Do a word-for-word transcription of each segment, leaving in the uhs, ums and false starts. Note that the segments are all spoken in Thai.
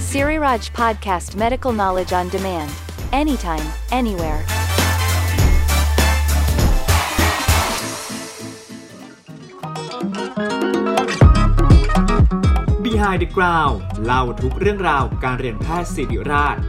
Siriraj Podcast Medical Knowledge on Demand Anytime Anywhere Behind the Ground เล่าทุกเรื่องราวการเรียนแพทย์ศิริราช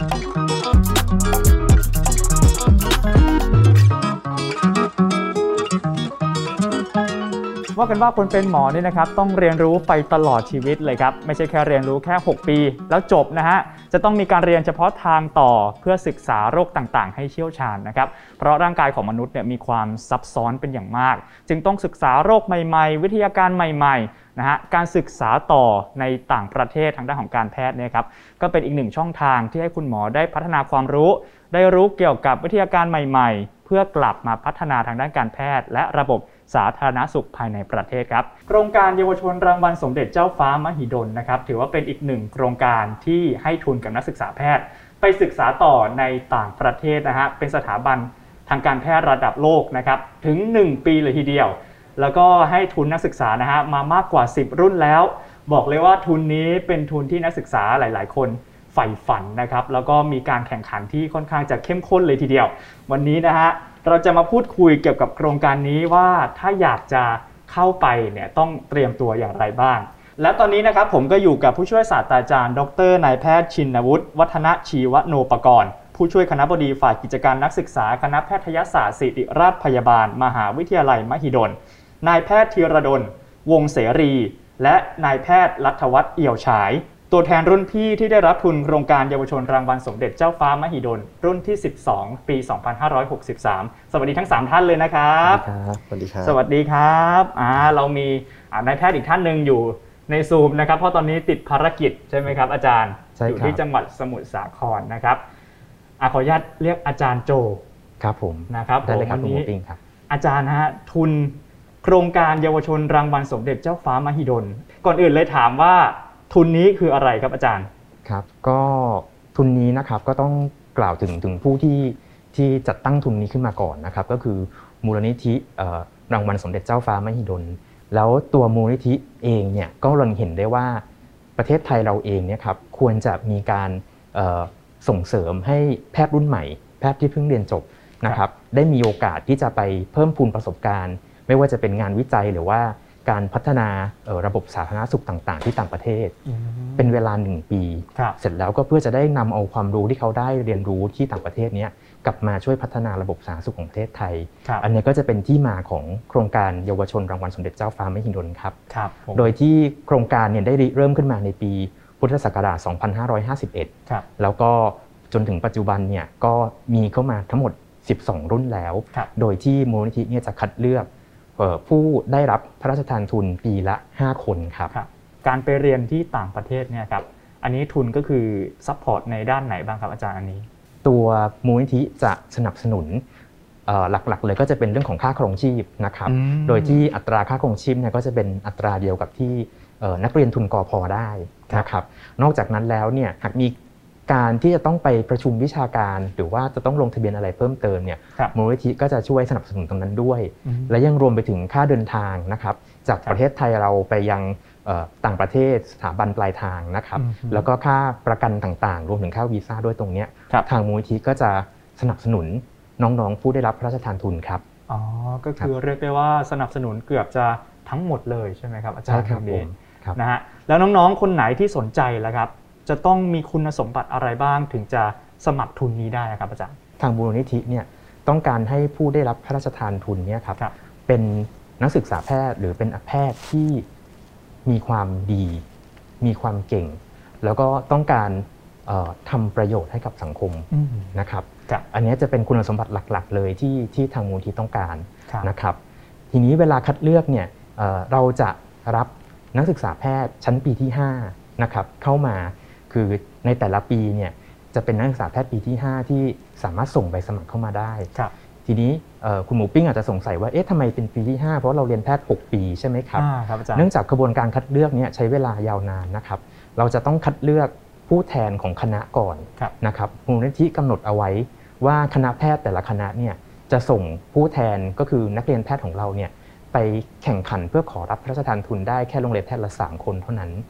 ว่ากันว่าคนเป็นหมอนี่นะครับต้องเรียนรู้ไปตลอดชีวิตเลยครับไม่ใช่แค่เรียนรู้แค่หกปีแล้วจบนะฮะจะต้องมีการเรียนเฉพาะทางต่อเพื่อศึกษาโรคต่างๆให้เชี่ยวชาญนะครับเพราะร่างกายของมนุษย์เนี่ยมีความซับซ้อนเป็นอย่างมากจึงต้องศึกษาโรคใหม่ๆวิทยาการใหม่ๆนะฮะการศึกษาต่อในต่างประเทศทางด้านของการแพทย์เนี่ยครับก็เป็นอีกหนึ่งช่องทางที่ให้คุณหมอได้พัฒนาความรู้ได้รู้เกี่ยวกับวิทยาการใหม่ๆเพื่อกลับมาพัฒนาทางด้านการแพทย์และระบบสาธารณสุขภายในประเทศครับโครงการเยาวชนรางวัลสมเด็จเจ้าฟ้ามหิดลนะครับถือว่าเป็นอีกหนึ่งโครงการที่ให้ทุนกับนักศึกษาแพทย์ไปศึกษาต่อในต่างประเทศนะฮะเป็นสถาบันทางการแพทย์ระดับโลกนะครับถึงหนึ่งปีเลยทีเดียวแล้วก็ให้ทุนนักศึกษานะฮะมามากกว่าสิบรุ่นแล้วบอกเลยว่าทุนนี้เป็นทุนที่นักศึกษาหลายๆคนใฝ่ฝันนะครับแล้วก็มีการแข่งขันที่ค่อนข้างจะเข้มข้นเลยทีเดียววันนี้นะฮะเราจะมาพูดคุยเกี่ยวกับโครงการนี้ว่าถ้าอยากจะเข้าไปเนี่ยต้องเตรียมตัวอย่างไรบ้างและตอนนี้นะครับผมก็อยู่กับผู้ช่วยศาสตราจารย์ดรนายแพทย์ชินวุฒิวัฒนชีวโนปกรณ์ผู้ช่วยคณบดีฝ่ายกิจการนักศึกษาคณะแพทยศาสตร์ศิริราชพยาบาลมหาวิทยาลัยมหิดลนายแพทย์ธีรดลวงศ์เสรีและนายแพทย์รัฐวัฒน์เอี่ยวฉายตัวแทนรุ่นพี่ที่ได้รับทุนโครงการเยาวชนรางวัลสมเด็จเจ้าฟ้ามหิดลรุ่นที่สิบสองปีสองพันห้าร้อยหกสิบสามสวัสดีทั้งสามท่านเลยนะครับสวัสดีครับสวัสดีครับอ่าเรามีนายแพทย์อีกท่านหนึ่งอยู่ในซูมนะครับเพราะตอนนี้ติดภารกิจใช่ไหมครับอาจารย์อยู่ที่จังหวัดสมุทรสาครนะครับอ่าขออนุญาตเรียกอาจารย์โจครับผมนะครับได้เลยครับวันนี้ครับอาจารย์ฮะทุนโครงการเยาวชนรางวัลสมเด็จเจ้าฟ้ามหิดลก่อนอื่นเลยถามว่าทุนนี้คืออะไรครับอาจารย์ครับก็ทุนนี้นะครับก็ต้องกล่าวถึงถึงผู้ที่ที่จัดตั้งทุนนี้ขึ้นมาก่อนนะครับก็คือมูลนิธิรางวัลสมเด็จเจ้าฟ้ามหิดลแล้วตัวมูลนิธิเองเนี่ยก็เราเห็นได้ว่าประเทศไทยเราเองเนี่ยครับควรจะมีการส่งเสริมให้แพทย์รุ่นใหม่แพทย์ที่เพิ่งเรียนจบนะครับได้มีโอกาสที่จะไปเพิ่มพูนประสบการณ์ไม่ว่าจะเป็นงานวิจัยหรือว่าการพัฒนาระบบสาธารณสุขต่างๆที่ต่างประเทศเป็นเวลาหนึ่งปีเสร็จแล้วก็เพื่อจะได้นำเอาความรู้ที่เขาได้เรียนรู้ที่ต่างประเทศนี้กลับมาช่วยพัฒนาระบบสาธารณสุขของประเทศไทยอันนี้ก็จะเป็นที่มาของโครงการเยาวชนรางวัลสมเด็จเจ้าฟ้ามหิดลครับโดยที่โครงการเนี่ยได้เริ่มขึ้นมาในปีพุทธศักราชสองพันห้าร้อยห้าสิบเอ็ดแล้วก็จนถึงปัจจุบันเนี่ยก็มีเข้ามาทั้งหมดสิบสองรุ่นแล้วโดยที่มูลนิธิเนี่ยจะคัดเลือกผู้ได้รับพระราชทานทุนปีละห้าคนครับการไปเรียนที่ต่างประเทศเนี่ยครับอันนี้ทุนก็คือซัพพอร์ตในด้านไหนบ้างครับอาจารย์อันนี้ตัวมูลนิธิจะสนับสนุนหลักๆเลยก็จะเป็นเรื่องของค่าครองชีพนะครับโดยที่อัตราค่าครองชีพเนี่ยก็จะเป็นอัตราเดียวกับที่นักเรียนทุนกพ.ได้นะครับนอกจากนั้นแล้วเนี่ยหากมีการที่จะต้องไปประชุมวิชาการหรือว่าจะต้องลงทะเบียนอะไรเพิ่มเติมเนี่ยมูลนิธิก็จะช่วยสนับสนุนตรงนั้นด้วยและยังรวมไปถึงค่าเดินทางนะครับจากประเทศไทยเราไปยังต่างประเทศสถาบันปลายทางนะครับแล้วก็ค่าประกันต่างๆรวมถึงค่าวีซ่าด้วยตรงนี้ทางมูลนิธิก็จะสนับสนุนน้องๆผู้ได้รับพระราชทานทุนครับอ๋อก็คือเรียกได้ว่าสนับสนุนเกือบจะทั้งหมดเลยใช่ไหมครับอาจารย์ครับผมนะฮะแล้วน้องๆคนไหนที่สนใจแล้วครับจะต้องมีคุณสมบัติอะไรบ้างถึงจะสมัครทุนนี้ได้ครับอาจารย์ทางมูลนิธิเนี่ยต้องการให้ผู้ได้รับพระราชทานทุนเนี่ยครับเป็นนักศึกษาแพทย์หรือเป็นแพทย์ที่มีความดีมีความเก่งแล้วก็ต้องการทำประโยชน์ให้กับสังคมนะครับอันนี้จะเป็นคุณสมบัติหลักๆเลยที่ที่ทางมูลนิธิต้องการนะครับทีนี้เวลาคัดเลือกเนี่ยเราจะรับนักศึกษาแพทย์ชั้นปีที่ห้านะครับเข้ามาคือในแต่ละปีเนี่ยจะเป็นนักศึกษาแพทย์ปีที่ห้าที่สามารถส่งใบสมัครเข้ามาได้ทีนี้คุณหมูปิ้งอาจจะสงสัยว่าเอ๊ะทำไมเป็นปีที่ห้าเพราะเราเรียนแพทย์หกปีใช่ไหมครับเนื่องจากกระบวนการคัดเลือกนี้ใช้เวลายาวนานนะครับเราจะต้องคัดเลือกผู้แทนของคณะก่อนนะครับมูลนิธิกำหนดเอาไว้ว่าคณะแพทย์แต่ละคณะเนี่ยจะส่งผู้แทนก็คือนักเรียนแพทย์ของเราเนี่ยไปแข่งขันเพื่อขอรับพระราชทานทุนได้แค่โรงเรียนแพทย์ละสามคนเท่านั้น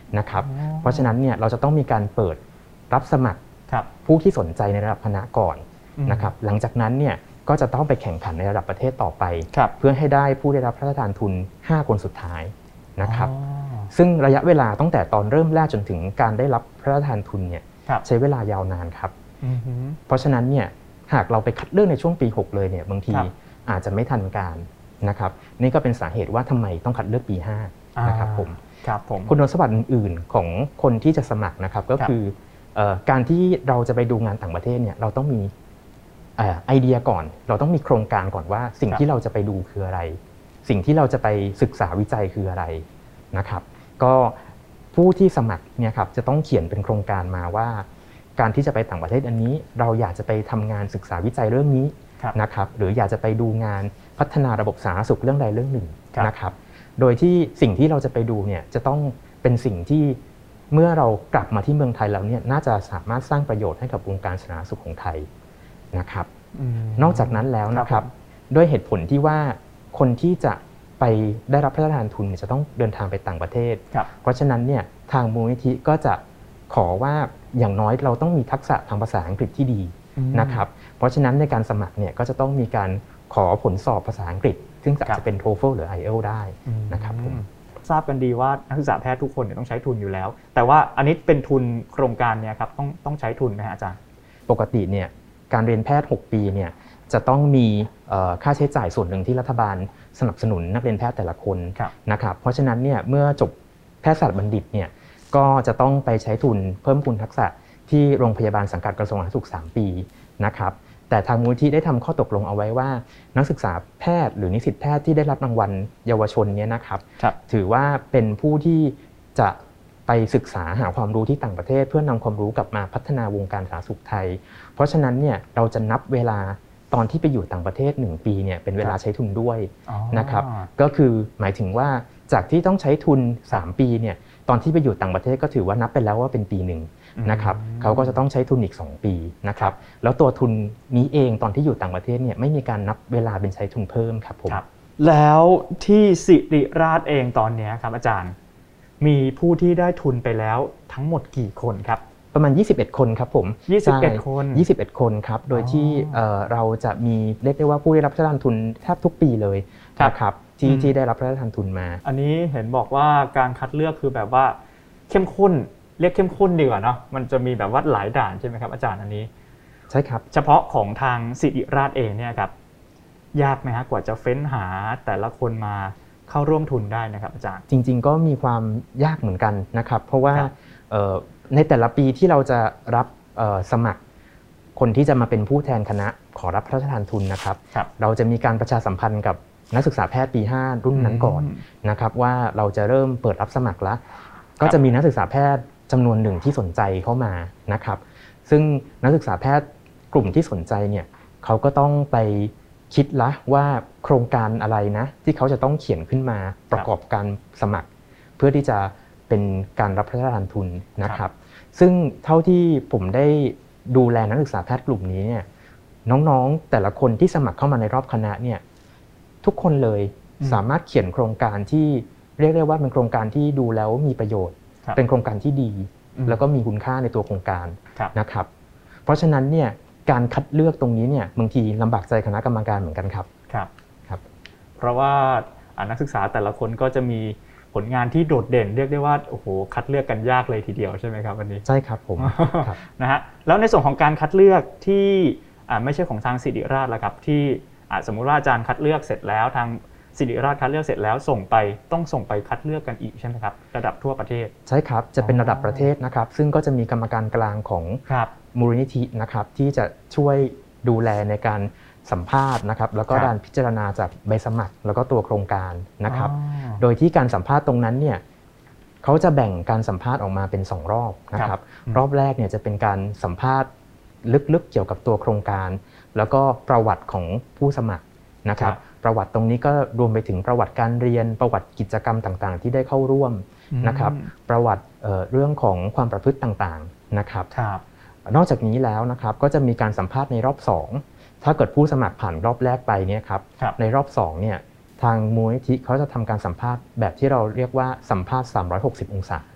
นะครับเพราะฉะนั้นเนี่ยเราจะต้องมีการเปิดรับสมัครผู้ที่สนใจในระดับคณะก่อนนะครับหลังจากนั้นเนี่ยก็จะต้องไปแข่งขันในระดับประเทศต่อไปเพื่อให้ได้ผู้ได้รับพระราชทานทุนห้าคนสุดท้ายนะครับซึ่งระยะเวลาตั้งแต่ตอนเริ่มแรกจนถึงการได้รับพระราชทานทุนเนี่ยใช้เวลายาวนานครับเพราะฉะนั้นเนี่ยหากเราไปคัดเลือกในช่วงปีหกเลยเนี่ยบางทีอาจจะไม่ทันการนะครับนี่ก็เป็นสาเหตุว่าทำไมต้องคัดเลือกปีห้านะครับผมคุณสมบัติอื่นๆของคนที่จะสมัครนะครับก็คือการที่เราจะไปดูงานต่างประเทศเนี่ยเราต้องมีไอเดียก่อนเราต้องมีโครงการก่อนว่าสิ่งที่เราจะไปดูคืออะไรสิ่งที่เราจะไปศึกษาวิจัยคืออะไรนะครับก็ผู้ที่สมัครเนี่ยครับจะต้องเขียนเป็นโครงการมาว่าการที่จะไปต่างประเทศอันนี้เราอยากจะไปทำงานศึกษาวิจัยเรื่องนี้นะครับหรืออยากจะไปดูงานพัฒนาระบบสาธารณสุขเรื่องใดเรื่องหนึ่งนะครับโดยที่สิ่งที่เราจะไปดูเนี่ยจะต้องเป็นสิ่งที่เมื่อเรากลับมาที่เมืองไทยแล้วเนี่ยน่าจะสามารถสร้างประโยชน์ให้กับวงการสาธารณสุขของไทยนะครับนอกจากนั้นแล้วนะครับด้วยเหตุผลที่ว่าคนที่จะไปได้รับพระราชทานทุนจะต้องเดินทางไปต่างประเทศเพราะฉะนั้นเนี่ยทางมูลนิธิก็จะขอว่าอย่างน้อยเราต้องมีทักษะทางภาษาอังกฤษที่ดีนะครับเพราะฉะนั้นในการสมัครเนี่ยก็จะต้องมีการขอผลสอบภาษาอังกฤษซึ่งจะเป็น โทเฟล หรือ ไอ เอล ได้นะครับผมทราบกันดีว่านักศึกษาแพทย์ทุกคนต้องใช้ทุนอยู่แล้วแต่ว่าอันนี้เป็นทุนโครงการเนี่ยครับต้องต้องใช้ทุนไหมอาจารย์ปกติเนี่ยการเรียนแพทย์หกปีเนี่ยจะต้องมีค่าใช้จ่ายส่วนหนึ่งที่รัฐบาลสนับสนุนนักเรียนแพทย์แต่ละคนนะครับเพราะฉะนั้นเนี่ยเมื่อจบแพทยศาสตร์บัณฑิตเนี่ยก็จะต้องไปใช้ทุนเพิ่มพูนทักษะที่โรงพยาบาลสังกัดกระทรวงสาธารณสุขสามปีนะครับแต่ทางมูลนิธิได้ทำข้อตกลงเอาไว้ว่านักศึกษาแพทย์หรือนิสิตแพทย์ที่ได้รับรางวัลเยาวชนเนี่ยนะครับถือว่าเป็นผู้ที่จะไปศึกษาหาความรู้ที่ต่างประเทศเพื่อนำความรู้กลับมาพัฒนาวงการสาธารณสุขไทยเพราะฉะนั้นเนี่ยเราจะนับเวลาตอนที่ไปอยู่ต่างประเทศหนึ่งปีเนี่ยเป็นเวลาใช้ทุนด้วยนะครับก็คือหมายถึงว่าจากที่ต้องใช้ทุนสามปีเนี่ยตอนที่ไปอยู่ต่างประเทศก็ถือว่านับไปแล้วว่าเป็นปีหนึ่งนะครับเขาก็จะต้องใช้ทุนอีกสองปีนะครับแล้วตัวทุนนี้เองตอนที่อยู่ต่างประเทศเนี่ยไม่มีการนับเวลาเป็นใช้ทุนเพิ่มครับผมแล้วที่ศิริราชเองตอนนี้ครับอาจารย์มีผู้ที่ได้ทุนไปแล้วทั้งหมดกี่คนครับประมาณยี่สิบเอ็ดคนครับผมยี่สิบเอ็ดคนยี่สิบเอ็ดคนครับโดยที่เราจะมีเรียกได้ว่าผู้ได้รับพระราชทานทุนแทบทุกปีเลยนะครับที่ที่ได้รับพระราชทานทุนมาอันนี้เห็นบอกว่าการคัดเลือกคือแบบว่าเข้มข้นเรียกเข้มข้นดีกว่าเนาะมันจะมีแบบว่าหลายด่านใช่ไหมครับอาจารย์อันนี้ใช่ครับเฉพาะของทางศิริราชเองเนี่ยครับยากไหมฮะกว่าจะเฟ้นหาแต่ละคนมาเข้าร่วมทุนได้นะครับอาจารย์จริงๆก็มีความยากเหมือนกันนะครับเพราะว่าในแต่ละปีที่เราจะรับสมัครคนที่จะมาเป็นผู้แทนคณะขอรับพระราชทานทุนนะครับเราจะมีการประชาสัมพันธ์กับนักศึกษาแพทย์ปีห้ารุ่นนั้นก่อนนะครับว่าเราจะเริ่มเปิดรับสมัครแล้วก็จะมีนักศึกษาแพทย์จำนวนหนึ่งที่สนใจเข้ามานะครับซึ่งนักศึกษาแพทย์กลุ่มที่สนใจเนี่ยเขาก็ต้องไปคิดละว่าโครงการอะไรนะที่เขาจะต้องเขียนขึ้นมาประกอบการสมัครเพื่อที่จะเป็นการรับพระราชทานทุนนะครับซึ่งเท่าที่ผมได้ดูแลนักศึกษาแพทย์กลุ่มนี้เนี่ยน้องๆแต่ละคนที่สมัครเข้ามาในรอบคณะเนี่ยทุกคนเลยสามารถเขียนโครงการที่เรียกได้ว่าเป็นโครงการที่ดูแล้วมีประโยชน์เป็นโครงการที่ดีแล้วก็มีคุณค่าในตัวโครงการนะครับเพราะฉะนั้นเนี่ยการคัดเลือกตรงนี้เนี่ยบางทีลำบากใจคณะกรรมการเหมือนกันครับครับครับเพราะว่านักศึกษาแต่ละคนก็จะมีผลงานที่โดดเด่นเรียกได้ว่าโอ้โหคัดเลือกกันยากเลยทีเดียวใช่ไหมครับวันนี้ใช่ครับผมนะฮะแล้วในส่วนของการคัดเลือกที่ไม่ใช่ของทางศิริราชละครับที่สมมุติว่าอาจารย์คัดเลือกเสร็จแล้วทางศิริราชคัดเลือกเสร็จแล้วส่งไปต้องส่งไปคัดเลือกกันอีกใช่ไหมครับระดับทั่วประเทศใช่ครับจะเป็นระดับประเทศนะครับซึ่งก็จะมีกรรมการกลางของมูลนิธินะครับที่จะช่วยดูแลในการสัมภาษณ์นะครับแล้วก็การพิจารณาจากใบสมัครแล้วก็ตัวโครงการนะครับโดยที่การสัมภาษณ์ตรงนั้นเนี่ยเขาจะแบ่งการสัมภาษณ์ออกมาเป็นสองรอบนะครับรอบแรกเนี่ยจะเป็นการสัมภาษณ์ลึกๆเกี่ยวกับตัวโครงการแล้วก็ประวัติของผู้สมัครนะครับประวัติตรงนี้ก็รวมไปถึงประวัติการเรียนประวัติกิจกรรมต่างๆที่ได้เข้าร่วมนะครับประวัติ เอ่อ เรื่องของความประพฤติต่างๆนะครับนอกจากนี้แล้วนะครับก็จะมีการสัมภาษณ์ในรอบสองถ้าเกิดผู้สมัครผ่านรอบแรกไปเนี่ยครับในรอบสองเนี่ยทางมูลนิธิเขาจะทำการสัมภาษณ์แบบที่เราเรียกว่าสัมภาษณ์สามร้อยหกสิบองศา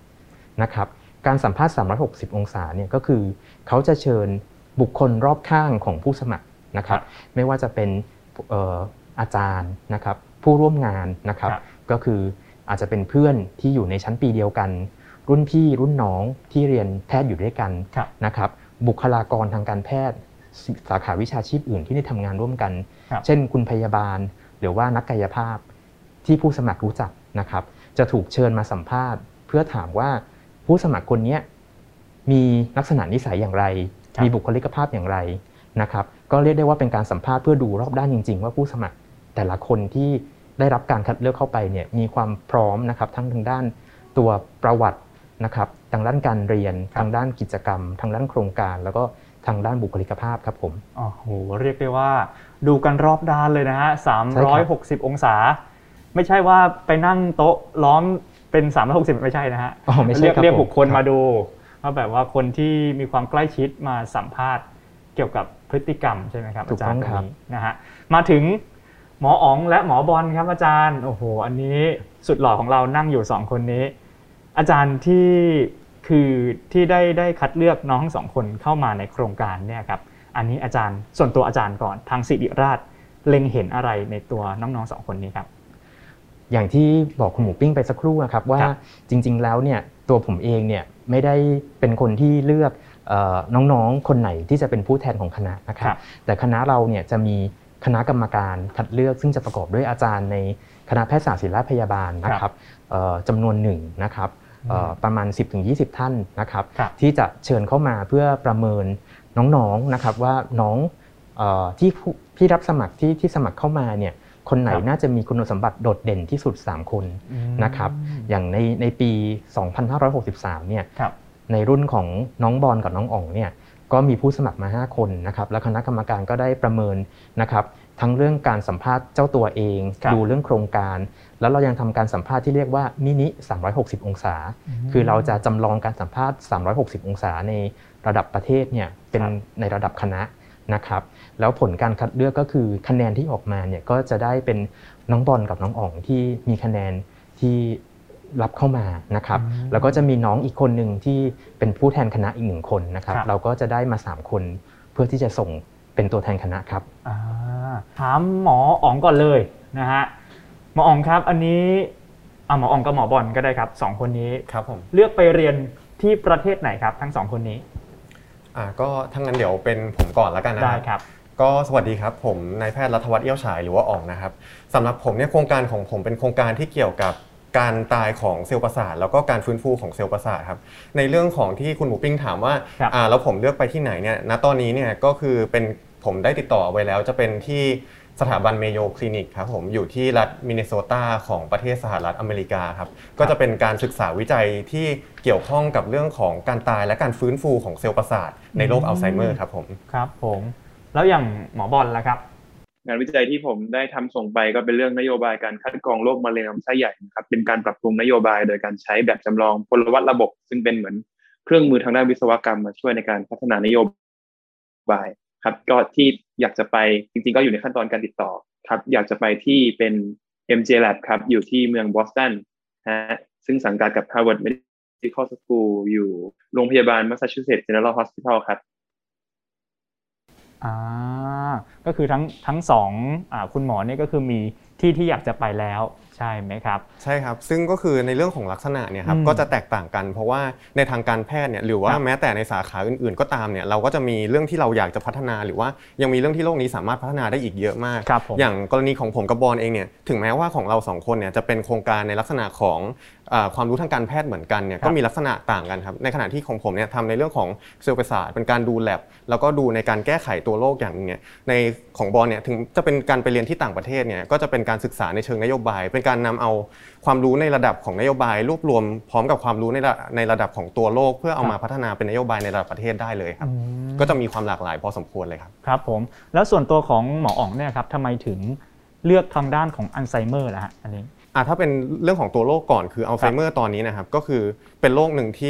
นะครับการสัมภาษณ์สามร้อยหกสิบองศาเนี่ยก็คือเขาจะเชิญบุคคลรอบข้างของผู้สมัครนะครับไม่ว่าจะเป็นเอ่ออาจารย์นะครับผู้ร่วมงานนะครับก็คืออาจจะเป็นเพื่อนที่อยู่ในชั้นปีเดียวกันรุ่นพี่รุ่นน้องที่เรียนแพทย์อยู่ด้วยกันนะครับบุคลากรทางการแพทย์สาขาวิชาชีพอื่นที่ได้ทำงานร่วมกันเช่นคุณพยาบาลหรือว่านักกายภาพที่ผู้สมัครรู้จักนะครับจะถูกเชิญมาสัมภาษณ์เพื่อถามว่าผู้สมัครคนนี้มีลักษณะนิสัยอย่างไรมีบุคลิกภาพอย่างไรนะครับก็เรียกได้ว่าเป็นการสัมภาษณ์เพื่อดูรอบด้านจริงๆว่าผู้สมัครแต่ละคนที่ได้รับการคัดเลือกเข้าไปเนี่ยมีความพร้อมนะครับทั้งทางด้านตัวประวัตินะครับทางด้านการเรียนทางด้านกิจกรรมทางด้านโครงการแล้วก็ทางด้านบุคลิกภาพครับผมโอ้โหเรียกได้ว่าดูกันรอบด้านเลยนะฮะสามร้อยหกสิบองศาไม่ใช่ว่าไปนั่งโต๊ะล้อมเป็นสามร้อยหกสิบไม่ใช่นะฮะเรียกเรียกบุคคลมาดูว่าแบบว่าคนที่มีความใกล้ชิดมาสัมภาษณ์เกี่ยวกับพฤติกรรมใช่ไหมครับอาจารย์ตรงนี้นะฮะมาถึงหมออ๋องและหมอบอลครับอาจารย์โอ้โหอันนี้สุดหล่อของเรานั่งอยู่สองคนนี้อาจารย์ที่คือที่ได้ได้คัดเลือกน้องทั้งสองคนเข้ามาในโครงการเนี่ยครับอันนี้อาจารย์ส่วนตัวอาจารย์ก่อนทางศิริราชเล็งเห็นอะไรในตัวน้องๆสองคนนี้ครับอย่างที่บอกคุณหมูปิ้งไปสักครู่นะครับว่าจริงๆแล้วเนี่ยตัวผมเองเนี่ยไม่ได้เป็นคนที่เลือกน้องๆคนไหนที่จะเป็นผู้แทนของคณะนะครับแต่คณะเราเนี่ยจะมีคณะกรรมการคัดเลือกซึ่งจะประกอบด้วยอาจารย์ในคณะแพทยศาสตร์ศิริราชพยาบาลนะครับจำนวนหนึ่งนะครับประมาณ สิบถึงยี่สิบ ท่านนะครับที่จะเชิญเข้ามาเพื่อประเมินน้องๆนะครับว่าน้องที่ที่รับสมัครที่ที่สมัครเข้ามาเนี่ยคนไหนน่าจะมีคุณสมบัติโดดเด่นที่สุดสามคนนะครับอย่างในในปีสองพันห้าร้อยหกสิบสามเนี่ยในรุ่นของน้องบอลกับน้องอ๋องเนี่ยก็มีผู้สมัครมาห้าคนนะครับแล้วคณะกรรมการก็ได้ประเมินนะครับทั้งเรื่องการสัมภาษณ์เจ้าตัวเองดูเรื่องโครงการแล้วเรายังทำการสัมภาษณ์ที่เรียกว่ามินิสามร้อยหกสิบองศาคือเราจะจำลองการสัมภาษณ์สามร้อยหกสิบองศาในระดับประเทศเนี่ยเป็นในระดับคณะนะครับแล้วผลการคัดเลือกก็คือคะแนนที่ออกมาเนี่ยก็จะได้เป็นน้องบอลกับน้องอ๋องที่มีคะแนนที่รับเข้ามานะครับแล้วก็จะมีน้องอีกคนหนึ่งที่เป็นผู้แทนคณะอีกหนึ่งคนนะครับเราก็จะได้มาสามคนเพื่อที่จะส่งเป็นตัวแทนคณะครับถามหมออ๋องก่อนเลยนะฮะหมออ๋องครับอันนี้อ่ะหมออ๋องกับหมอบอลก็ได้ครับสองคนนี้ครับผมเลือกไปเรียนที่ประเทศไหนครับทั้งสองคนนี้อ่าก็ทั้งนั้นเดี๋ยวเป็นผมก่อนแล้วกันนะครับได้ครับก็สวัสดีครับผมนายแพทย์รัฐวัฒน์เอี้ยวฉายหรือว่าอ๋องนะครับสำหรับผมเนี่ยโครงการของผมเป็นโครงการที่เกี่ยวกับการตายของเซลล์ประสาทแล้วก็การฟื้นฟูของเซลล์ประสาทครับในเรื่องของที่คุณหมูปิ้งถามว่าอ่าแล้วผมเลือกไปที่ไหนเนี่ยณตอนนี้เนี่ยก็คือเป็นผมได้ติดต่อไว้แล้วจะเป็นที่สถาบันเมโยคลินิกครับผมอยู่ที่รัฐมินนิโซตาของประเทศสหรัฐอเมริกาครับก็จะเป็นการศึกษาวิจัยที่เกี่ยวข้องกับเรื่องของการตายและการฟื้นฟูของเซลล์ประสาทในโรคอัลไซเมอร์ครับผมครับผมแล้วอย่างหมอบอลล่ะครับงานวิจัยที่ผมได้ทำส่งไปก็เป็นเรื่องนโยบายการคัดกรองโรคมะเร็งลำไส้ใหญ่นะครับเป็นการปรับปรุงนโยบายโดยการใช้แบบจำลองพลวัตระบบซึ่งเป็นเหมือนเครื่องมือทางด้านวิศวกรรมมาช่วยในการพัฒนานโยบายครับก็ที่อยากจะไปจริงๆก็อยู่ในขั้นตอนการติดต่อครับอยากจะไปที่เป็น เอ็ม เจ Lab ครับอยู่ที่เมืองบอสตันฮะซึ่งสังกัดกับ Harvard Medical School อยู่โรงพยาบาล Massachusetts General Hospital ครับอ่าก็คือทั้งทั้งสองอ่าคุณหมอนี่ก็คือมีที่ที่อยากจะไปแล้วใช่ไหมครับใช่ครับซึ่งก็คือในเรื่องของลักษณะเนี่ยครับก็จะแตกต่างกันเพราะว่าในทางการแพทย์เนี่ยหรือว่าแม้แต่ในสาขาอื่นๆก็ตามเนี่ยเราก็จะมีเรื่องที่เราอยากจะพัฒนาหรือว่ายังมีเรื่องที่โลกนี้สามารถพัฒนาได้อีกเยอะมากอย่างกรณีของผมกับบอลเองเนี่ยถึงแม้ว่าของเราสองคนเนี่ยจะเป็นโครงการในลักษณะของความรู้ทางการแพทย์เหมือนกันเนี่ยก็มีลักษณะต่างกันครับในขณะที่ของผมเนี่ยทำในเรื่องของเซลล์ประสาทเป็นการดูแลบแล้วก็ดูในการแก้ไขตัวโรคอย่างนึงเนี่ยในของบอลเนี่ยถึงจะเป็นการไปเรียนที่ต่างประเทศเนี่ยก็จะเป็นการศึกษาในเชิงนโยบายเป็นการนำเอาความรู้ในระดับของนโยบายรวบรวมพร้อมกับความรู้ในในระดับของตัวโลกเพื่อเอามาพัฒนาเป็นนโยบายในระดับประเทศได้เลยครับก็จะมีความหลากหลายพอสมควรเลยครับครับผมแล้วส่วนตัวของหมออ๋องเนี่ยครับทำไมถึงเลือกทางด้านของอัลไซเมอร์ล่ะฮะอันนี้อ่ะถ้าเป็นเรื่องของตัวโรคก่อนคืออัลไซเมอร์ตอนนี้นะครับก็คือเป็นโรคหนึ่งที่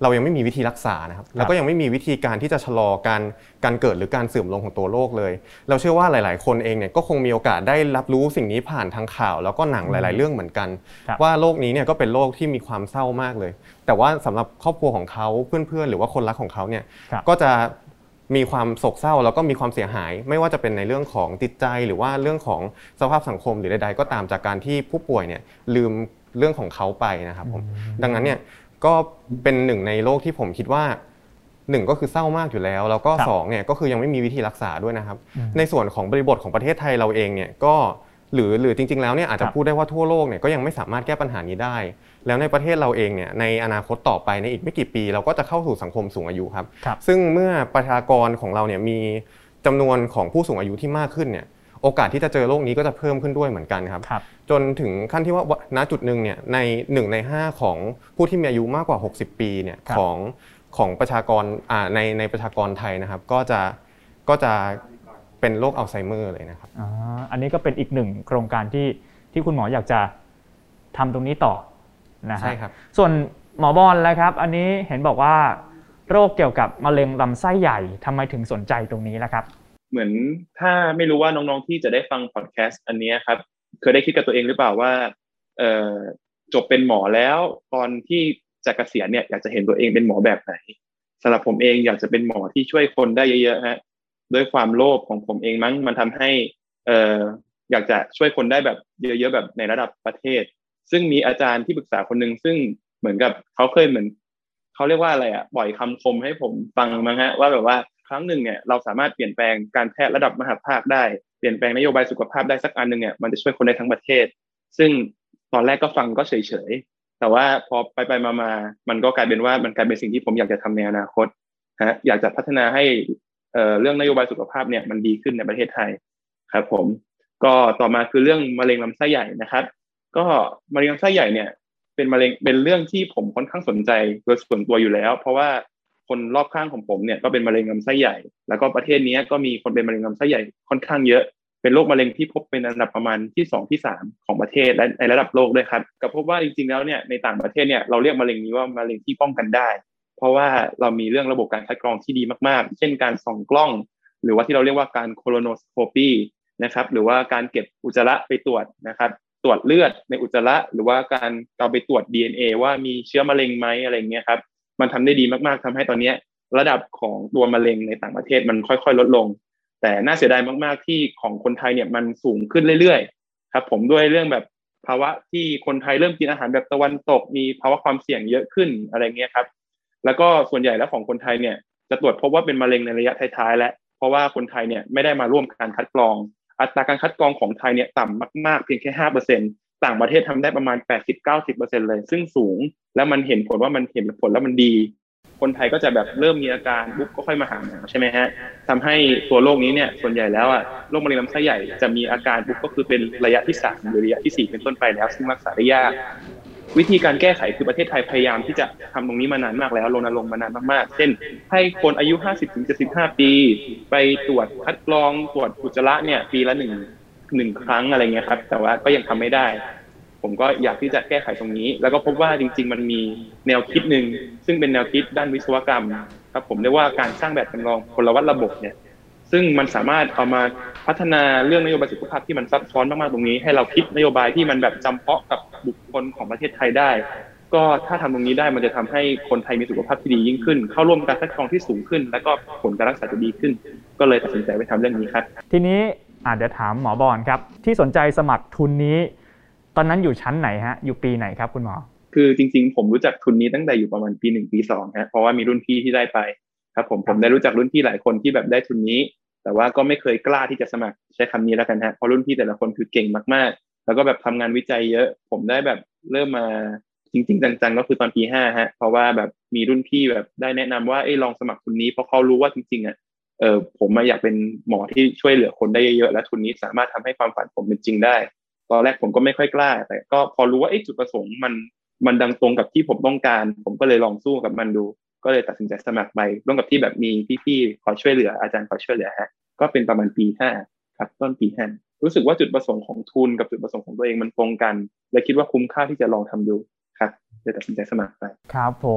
เรายังไม่มีวิธีรักษานะครับแล้วก็ยังไม่มีวิธีการที่จะชะลอการการเกิดหรือการเสื่อมลงของตัวโรคเลยเราเชื่อว่าหลายๆคนเองเนี่ยก็คงมีโอกาสได้รับรู้สิ่งนี้ผ่านทางข่าวแล้วก็หนังหลายๆเรื่องเหมือนกันว่าโรคนี้เนี่ยก็เป็นโรคที่มีความเศร้ามากเลยแต่ว่าสำหรับครอบครัวของเขาเพื่อนๆหรือว่าคนรักของเขาเนี่ยก็จะมีความโศกเศร้าแล้วก็มีความเสียหายไม่ว่าจะเป็นในเรื่องของจิตใจหรือว่าเรื่องของสภาพสังคมหรือใดๆก็ตามจากการที่ผู้ป่วยเนี่ยลืมเรื่องของเขาไปนะครับผมดังนั้นเนี่ยก็เป็นหนึ่งในโรคที่ผมคิดว่าหนึ่งก็คือเศร้ามากอยู่แล้วแล้วก็สองเนี่ยก็คือยังไม่มีวิธีรักษาด้วยนะครับในส่วนของบริบทของประเทศไทยเราเองเนี่ยก็หรือหรือจริงๆแล้วเนี่ยอาจจะพูดได้ว่าทั่วโลกเนี่ยก็ยังไม่สามารถแก้ปัญหานี้ได้แล้วในประเทศเราเองเนี่ยในอนาคตต่อไปในอีกไม่กี่ปีเราก็จะเข้าสู่สังคมสูงอายุครับซึ่งเมื่อประชากรของเราเนี่ยมีจำนวนของผู้สูงอายุที่มากขึ้นเนี่ยโอกาสที่จะเจอโรคนี้ก็จะเพิ่มขึ้นด้วยเหมือนกันครับจนถึงขั้นที่ว่าณจุดนึงเนี่ยในหนึ่งในห้าของผู้ที่มีอายุมากกว่าหกสิบปีเนี่ยของของประชากรอ่าในในประชากรไทยนะครับก็จะก็จะเป็นโรคอัลไซเมอร์เลยนะครับอ๋ออันนี้ก็เป็นอีกหนึ่งโครงการที่ที่คุณหมออยากจะทำตรงนี้ต่อนะฮะใช่ครับส่วนหมอบอลแล้วครับอันนี้เห็นบอกว่าโรคเกี่ยวกับมะเร็งลำไส้ใหญ่ทำไมถึงสนใจตรงนี้ล่ะครับเหมือนถ้าไม่รู้ว่าน้องๆที่จะได้ฟังพอดแคสต์อันนี้ครับเคยได้คิดกับตัวเองหรือเปล่าว่าเอ่อจบเป็นหมอแล้วตอนที่จะเกษียณเนี่ยอยากจะเห็นตัวเองเป็นหมอแบบไหนสำหรับผมเองอยากจะเป็นหมอที่ช่วยคนได้เยอะๆฮะด้วยความโลภของผมเองมั้งมันทำให้เอ่ออยากจะช่วยคนได้แบบเยอะๆแบบในระดับประเทศซึ่งมีอาจารย์ที่ปรึกษาคนนึงซึ่งเหมือนกับเขาเคยเหมือนเขาเรียกว่าอะไรอ่ะปล่อยคำคมให้ผมฟังมั้งฮะว่าแบบว่าครั้งหนึ่งเนี่ยเราสามารถเปลี่ยนแปลงการแพทย์ระดับมหาภาคได้เปลี่ยนแปลงนโยบายสุขภาพได้สักอันนึงเนี่ยมันจะช่วยคนได้ทั้งประเทศซึ่งตอนแรกก็ฟังก็เฉยๆแต่ว่าพอไปไปมาๆมันก็กลายเป็นว่ามันกลายเป็นสิ่งที่ผมอยากจะทำในอนาคตฮะอยากจะพัฒนาให้เอ่อเรื่องนโยบายสุขภาพเนี่ยมันดีขึ้นในประเทศไทยครับผมก็ต่อมาคือเรื่องมะเร็งลำไส้ใหญ่นะครับก็มะเร็งลำไส้ใหญ่เนี่ยเป็นมะเร็งเป็นเรื่องที่ผมค่อนข้างสนใจโดยส่วนตัวอยู่แล้วเพราะว่าคนรอบข้างของผมเนี่ยก็เป็นมะเร็งลำไส้ใหญ่แล้วก็ประเทศนี้ก็มีคนเป็นมะเร็งลำไส้ใหญ่ค่อนข้างเยอะเป็นโรคมะเร็งที่พบเป็นอันดับประมาณที่สองที่สามของประเทศและในระดับโลกด้วยครับก็พบว่าจริงๆแล้วเนี่ยในต่างประเทศเนี่ยเราเรียกมะเร็งนี้ว่ามะเร็งที่ป้องกันได้เพราะว่าเรามีเรื่องระบบการคัดกรองที่ดีมากๆเช่นการส่องกล้องหรือว่าที่เราเรียกว่าการโคโลโนสโคปีนะครับหรือว่าการเก็บอุจจาระไปตรวจนะครับตรวจเลือดในอุจจาระหรือว่าการเอาไปตรวจ ดี เอ็น เอ ว่ามีเชื้อมะเร็งไหมอะไรเงี้ยครับมันทำได้ดีมากๆทำให้ตอนนี้ระดับของตัวมะเร็งในต่างประเทศมันค่อยๆลดลงแต่น่าเสียดายมากๆที่ของคนไทยเนี่ยมันสูงขึ้นเรื่อยๆครับผมด้วยเรื่องแบบภาวะที่คนไทยเริ่มกินอาหารแบบตะวันตกมีภาวะความเสี่ยงเยอะขึ้นอะไรเงี้ยครับแล้วก็ส่วนใหญ่แล้วของคนไทยเนี่ยจะตรวจพบว่าเป็นมะเร็งในระยะท้ายๆแล้วเพราะว่าคนไทยเนี่ยไม่ได้มาร่วมการคัดกรองอัตราการคัดกรองของไทยเนี่ยต่ำมากๆเพียงแค่ ห้าเปอร์เซ็นต์ ต่างประเทศทำได้ประมาณ แปดสิบถึงเก้าสิบเปอร์เซ็นต์ เลยซึ่งสูงแล้วมันเห็นผลว่ามันเห็นผลแล้วมันดีคนไทยก็จะแบบเริ่มมีอาการปุ๊บก็ค่อยมาหาหมอใช่ไหมฮะทำให้ตัวโรคนี้เนี่ยส่วนใหญ่แล้วอ่ะโรคมะเร็งลำไส้ใหญ่จะมีอาการปุ๊บก็คือเป็นระยะที่สามหรือระยะที่สี่เป็นต้นไปแล้วซึ่งรักษาได้ยากวิธีการแก้ไขคือประเทศไทยพยายามที่จะทำตรงนี้มานานมากแล้วรณรงค์มานานมากๆเช่นให้คนอายุ ห้าสิบถึงเจ็ดสิบห้า ปีไปตรวจคัดกรองตรวจอุจจาระเนี่ยปีละหนึ่งหนึ่งครั้งอะไรเงี้ยครับแต่ว่าก็ยังทำไม่ได้ผมก็อยากที่จะแก้ไขตรงนี้แล้วก็พบว่าจริงๆมันมีแนวคิดนึงซึ่งเป็นแนวคิดด้านวิศวกรรมครับผมเรียกว่าการสร้างแบบจำลองพลวัตระบบเนี่ยซึ่งมันสามารถเอามาพัฒนาเรื่องนโยบายสุขภาพที่มันซับซ้อนมากๆตรงนี้ให้เราคิดนโยบายที่มันแบบจำเพาะกับบุคคลของประเทศไทยได้ก็ถ้าทำตรงนี้ได้มันจะทำให้คนไทยมีสุขภาพที่ดียิ่งขึ้นเข้าร่วมการคัดกรองที่สูงขึ้นแล้วก็ผลการรักษาจะดีขึ้นก็เลยตัดสินใจไปทำเรื่องนี้ครับทีนี้อาจจะถามหมอบอลครับที่สนใจสมัครทุนนี้ตอนนั้นอยู่ชั้นไหนฮะอยู่ปีไหนครับคุณหมอคือจริงๆผมรู้จักทุนนี้ตั้งแต่อยู่ประมาณปีหนึ่งปีสองฮะเพราะว่ามีรุ่นพี่ที่ได้ไปครับผมผมได้รู้จักรุ่นพี่หลายคนที่แบบได้ทุนนี้แต่ว่าก็ไม่เคยกล้าที่จะสมัครใช้คำนี้แล้วกันฮะเพราะรุ่นพี่แต่ละคนคือเก่งมากๆแล้วก็แบบทำงานวิจัยเยอะผมได้แบบเริ่มมาจริงๆจังๆก็คือตอนปีห้าฮะเพราะว่าแบบมีรุ่นพี่แบบได้แนะนำว่าเอ้ยลองสมัครทุนนี้เพราะเขารู้ว่าจริงๆอ่ะเออผมอยากเป็นหมอที่ช่วยเหลือคนได้เยอะๆและทุนนี้สามารถทำให้ความฝันผมเป็นจริงได้ตอนแรกผมก็ไม่ค่อยกล้าแต่ก็พอรู้ว่าไอ้จุดประสงค์มันมันดังตรงกับที่ผมต้องการผมก็เลยลองสู้กับมันดูก็เลยตัดสินใจสมัครไปร่วมกับที่แบบมีพี่ๆขอช่วยเหลืออาจารย์ขอช่วยเหลือฮะก็เป็นประมาณปีห้าครับต้นปีห้ารู้สึกว่าจุดประสงค์ของทุนกับจุดประสงค์ของตัวเองมันตรงกันและคิดว่าคุ้มค่าที่จะลองทำดูครับเลยตัดสินใจสมัครไปครับผม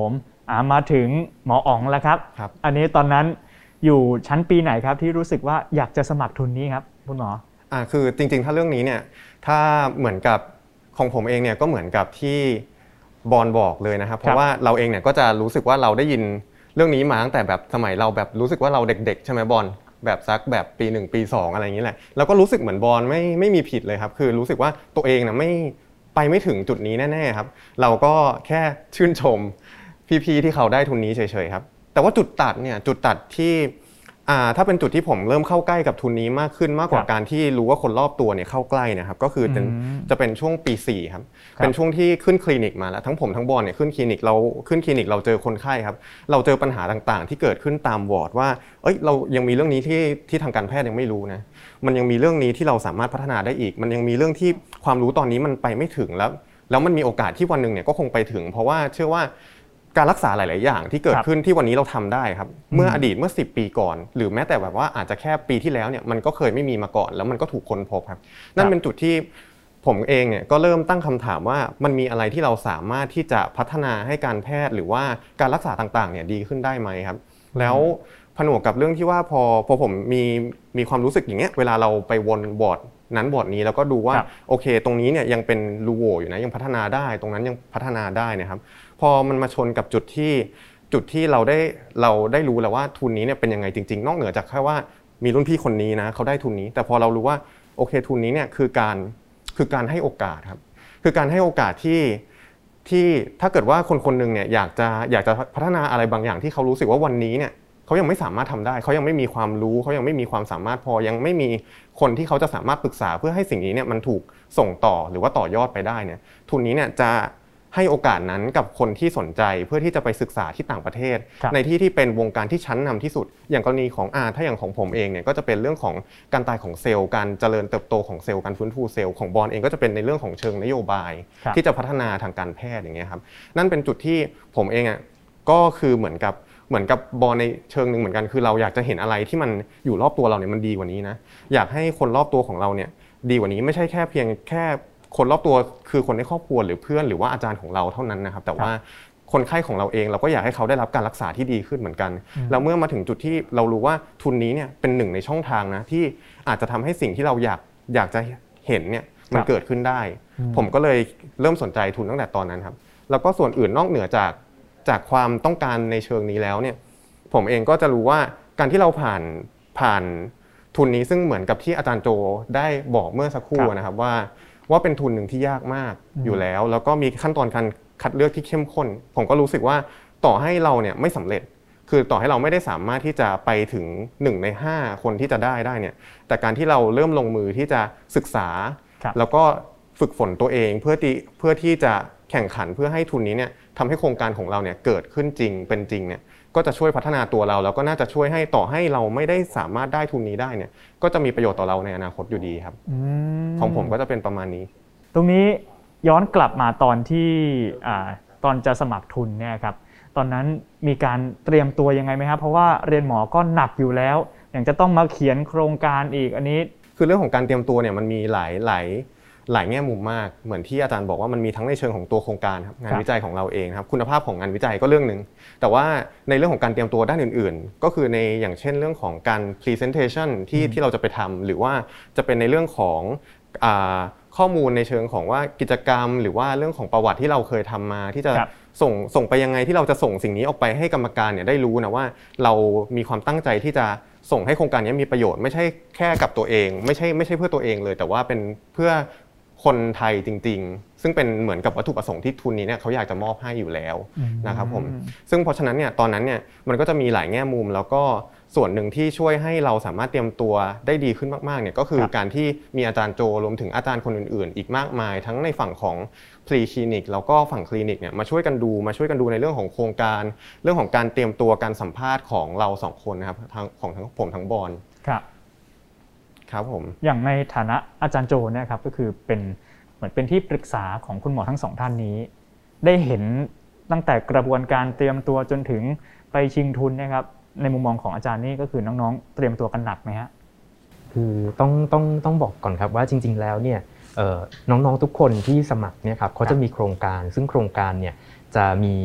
อ่ามาถึงหมออ๋องแล้วครับครับอันนี้ตอนนั้นอยู่ชั้นปีไหนครับที่รู้สึกว่าอยากจะสมัครทุนนี้ครับคุณหมออ่าคือจริงๆถ้าเรื่องนี้เนี่ยถ้าเหมือนกับของผมเองเนี่ยก็เหมือนกับที่บอลบอกเลยนะครับเพราะว่าเราเองเนี่ยก็จะรู้สึกว่าเราได้ยินเรื่องนี้มาตั้งแต่แบบสมัยเราแบบรู้สึกว่าเราเด็กๆใช่ไหมบอลแบบซักแบบปีหนึ่งปีสองอะไรอย่างนี้แหละแล้วก็รู้สึกเหมือนบอลไม่ไม่มีผิดเลยครับคือรู้สึกว่าตัวเองนะไม่ไปไม่ถึงจุดนี้แน่ๆครับเราก็แค่ชื่นชมพี่ๆที่เขาได้ทุนนี้เฉยๆครับแต่ว่าจุดตัดเนี่ยจุดตัดที่อ่าถ้าเป็นจุดที่ผมเริ่มเข้าใกล้กับทุนนี้มากขึ้นมากกว่าการที่รู้ว่าคนรอบตัวเนี่ยเข้าใกล้นะครับก็คือจะเป็นช่วงปีสี่ครับเป็นช่วงที่ขึ้นคลินิกมาแล้วทั้งผมทั้งบอลเนี่ยขึ้นคลินิกเราขึ้นคลินิกเราเจอคนไข้ครับเราเจอปัญหาต่างๆที่เกิดขึ้นตามวอร์ดว่าเอ้ยเรายังมีเรื่องนี้ที่ที่ทางการแพทย์ยังไม่รู้นะมันยังมีเรื่องนี้ที่เราสามารถพัฒนาได้อีกมันยังมีเรื่องที่ความรู้ตอนนี้มันไปไม่ถึงแล้วแล้วมันมีโอกาสที่วันนึงเนี่ยก็คงไปถึงเพราะว่าเชื่อว่าการรักษาหลายๆอย่างที่เกิดขึ้นที่วันนี้เราทำได้ครับเมื่ออดีตเมื่อสิบปีก่อนหรือแม้แต่แบบว่าอาจจะแค่ปีที่แล้วเนี่ยมันก็เคยไม่มีมาก่อนแล้วมันก็ถูกค้นพบครับนั่นเป็นจุดที่ผมเองเนี่ยก็เริ่มตั้งคำถามว่ามันมีอะไรที่เราสามารถที่จะพัฒนาให้การแพทย์หรือว่าการรักษาต่างๆเนี่ยดีขึ้นได้ไหมครับแล้วผนวกกับเรื่องที่ว่าพอพอผมมีมีความรู้สึกอย่างเงี้ยเวลาเราไปวนบอร์ดนั้นบอร์ดนี้แล้วก็ดูว่าโอเคตรงนี้เนี่ยยังเป็นรูโหว่อยู่นะยังพัฒนาได้ตรงนั้นยังพัฒนาได้นะครับพอมันมาชนกับจุดที่จุดที่เราได้เราได้รู้แล้วว่าทุนนี้เนี่ยเป็นยังไงจริงๆนอกเหนือจากแค่ว่ามีรุ่นพี่คนนี้นะเขาได้ทุนนี้แต่พอเรารู้ว่าโอเคทุนนี้เนี่ยคือการคือการให้โอกาสครับคือการให้โอกาสที่ที่ถ้าเกิดว่าคนคนนึงเนี่ยอยากจะอยากจะพัฒนาอะไรบางอย่างที่เขารู้สึกว่าวันนี้เนี่ยเขายังไม่สามารถทำได้เขายังไม่มีความรู้เขายังไม่มีความสามารถพอยังไม่มีคนที่เขาจะสามารถปรึกษาเพื่อให้สิ่งนี้เนี่ยมันถูกส่งต่อหรือว่าต่อยอดไปได้เนี่ยทุนนี้เนี่ยจะให้โอกาสนั้นกับคนที่สนใจเพื่อที่จะไปศึกษาที่ต่างประเทศในที่ที่เป็นวงการที่ชั้นนำที่สุดอย่างกรณีของอาถ้าอย่างของผมเองเนี่ยก็จะเป็นเรื่องของการตายของเซลล์การเจริญเติบโตของเซลล์การฟื้นฟูเซลล์ของบอลเองก็จะเป็นในเรื่องของเชิงนโยบายที่จะพัฒนาทางการแพทย์อย่างเงี้ยครับนั่นเป็นจุดที่ผมเองอ่ะก็คือเหมือนกับเหมือนกับบอลในเชิงนึงเหมือนกันคือเราอยากจะเห็นอะไรที่มันอยู่รอบตัวเราเนี่ยมันดีกว่านี้นะอยากให้คนรอบตัวของเราเนี่ยดีกว่านี้ไม่ใช่แค่เพียงแค่คนรอบตัวคือคนในครอบครัวหรือเพื่อนหรือว่าอาจารย์ของเราเท่านั้นนะครับแต่ว่าคนไข้ของเราเองเราก็อยากให้เขาได้รับการรักษาที่ดีขึ้นเหมือนกันแล้วเมื่อมาถึงจุดที่เรารู้ว่าทุนนี้เนี่ยเป็นหนึ่งในช่องทางนะที่อาจจะทำให้สิ่งที่เราอยากอยากจะเห็นเนี่ยมันเกิดขึ้นได้ผมก็เลยเริ่มสนใจทุนตั้งแต่ตอนนั้นครับแล้วก็ส่วนอื่นนอกเหนือจากจากความต้องการในเชิงนี้แล้วเนี่ยผมเองก็จะรู้ว่าการที่เราผ่านผ่านทุนนี้ซึ่งเหมือนกับที่อาจารย์โจได้บอกเมื่อสักครู่นะครับว่าว่าเป็นทุนหนึ่งที่ยากมากอยู่แล้วแล้วก็มีขั้นตอนการคัดเลือกที่เข้มข้นผมก็รู้สึกว่าต่อให้เราเนี่ยไม่สำเร็จคือต่อให้เราไม่ได้สามารถที่จะไปถึงหนึ่งในห้าคนที่จะได้ได้เนี่ยแต่การที่เราเริ่มลงมือที่จะศึกษาแล้วก็ฝึกฝนตัวเองเพื่อที่เพื่อที่จะแข่งขันเพื่อให้ทุนนี้เนี่ยทำให้โครงการของเราเนี่ยเกิดขึ้นจริงเป็นจริงเนี่ยก็จะช่วยพัฒนาตัวเราแล้วก็น่าจะช่วยให้ต่อให้เราไม่ได้สามารถได้ทุนนี้ได้เนี่ยก็จะมีประโยชน์ต่อเราในอนาคตอยู่ดีครับของผมก็จะเป็นประมาณนี้ตรงนี้ย้อนกลับมาตอนที่ตอนจะสมัครทุนเนี่ยครับตอนนั้นมีการเตรียมตัวยังไงไหมครับเพราะว่าเรียนหมอก็หนักอยู่แล้วอย่างจะต้องมาเขียนโครงการอีกอันนี้คือเรื่องของการเตรียมตัวเนี่ยมันมีหลายหลายหลายแง่มุมมากเหมือนที่อาจารย์บอกว่ามันมีทั้งในเชิงของตัวโครงการครับงานวิจัยของเราเองครับคุณภาพของงานวิจัยก็เรื่องนึงแต่ว่าในเรื่องของการเตรียมตัวด้านอื่นๆก็คือในอย่างเช่นเรื่องของการ presentation ที่ที่เราจะไปทำหรือว่าจะเป็นในเรื่องของอ่าข้อมูลในเชิงของว่ากิจกรรมหรือว่าเรื่องของประวัติที่เราเคยทำมาที่จะส่งส่งไปยังไงที่เราจะส่งสิ่งนี้ออกไปให้กรรมการเนี่ยได้รู้นะว่าเรามีความตั้งใจที่จะส่งให้โครงการนี้มีประโยชน์ไม่ใช่แค่กับตัวเองไม่ใช่ไม่ใช่เพื่อตัวเองเลยแต่ว่าเป็นเพื่อคนไทยจริงๆซึ่งเป็นเหมือนกับวัตถุประสงค์ที่ทุนนี้เนี่ยเขาอยากจะมอบให้อยู่แล้วนะครับผมซึ่งเพราะฉะนั้นเนี่ยตอนนั้นเนี่ยมันก็จะมีหลายแง่มุมแล้วก็ส่วนหนึ่งที่ช่วยให้เราสามารถเตรียมตัวได้ดีขึ้นมากๆเนี่ยก็คือการที่มีอาจารย์โจรวมถึงอาจารย์คนอื่นๆอีกมากมายทั้งในฝั่งของพรีคลินิกแล้วก็ฝั่งคลินิกเนี่ยมาช่วยกันดูมาช่วยกันดูในเรื่องของโครงการเรื่องของการเตรียมตัวการสัมภาษณ์ของเราสองคนนะครับทั้งของทั้งผมทั้งบอลครับครับผมอย่างในฐานะอาจารย์โจเนี่ยครับก็คือเป็นเหมือนเป็นที่ปรึกษาของคุณหมอทั้งสองท่านนี้ได้เห็นตั้งแต่กระบวนการเตรียมตัวจนถึงไปชิงทุนนะครับในมุมมองของอาจารย์นี่ก็คือน้องๆเตรียมตัวกันหนักไหมฮะคือต้องต้องต้องบอกก่อนครับว่าจริงๆแล้วเนี่ยน้องๆทุกคนที่สมัครเนี่ยครับเขาจะมีโครงการซึ่งโครงการเนี่ยจะมี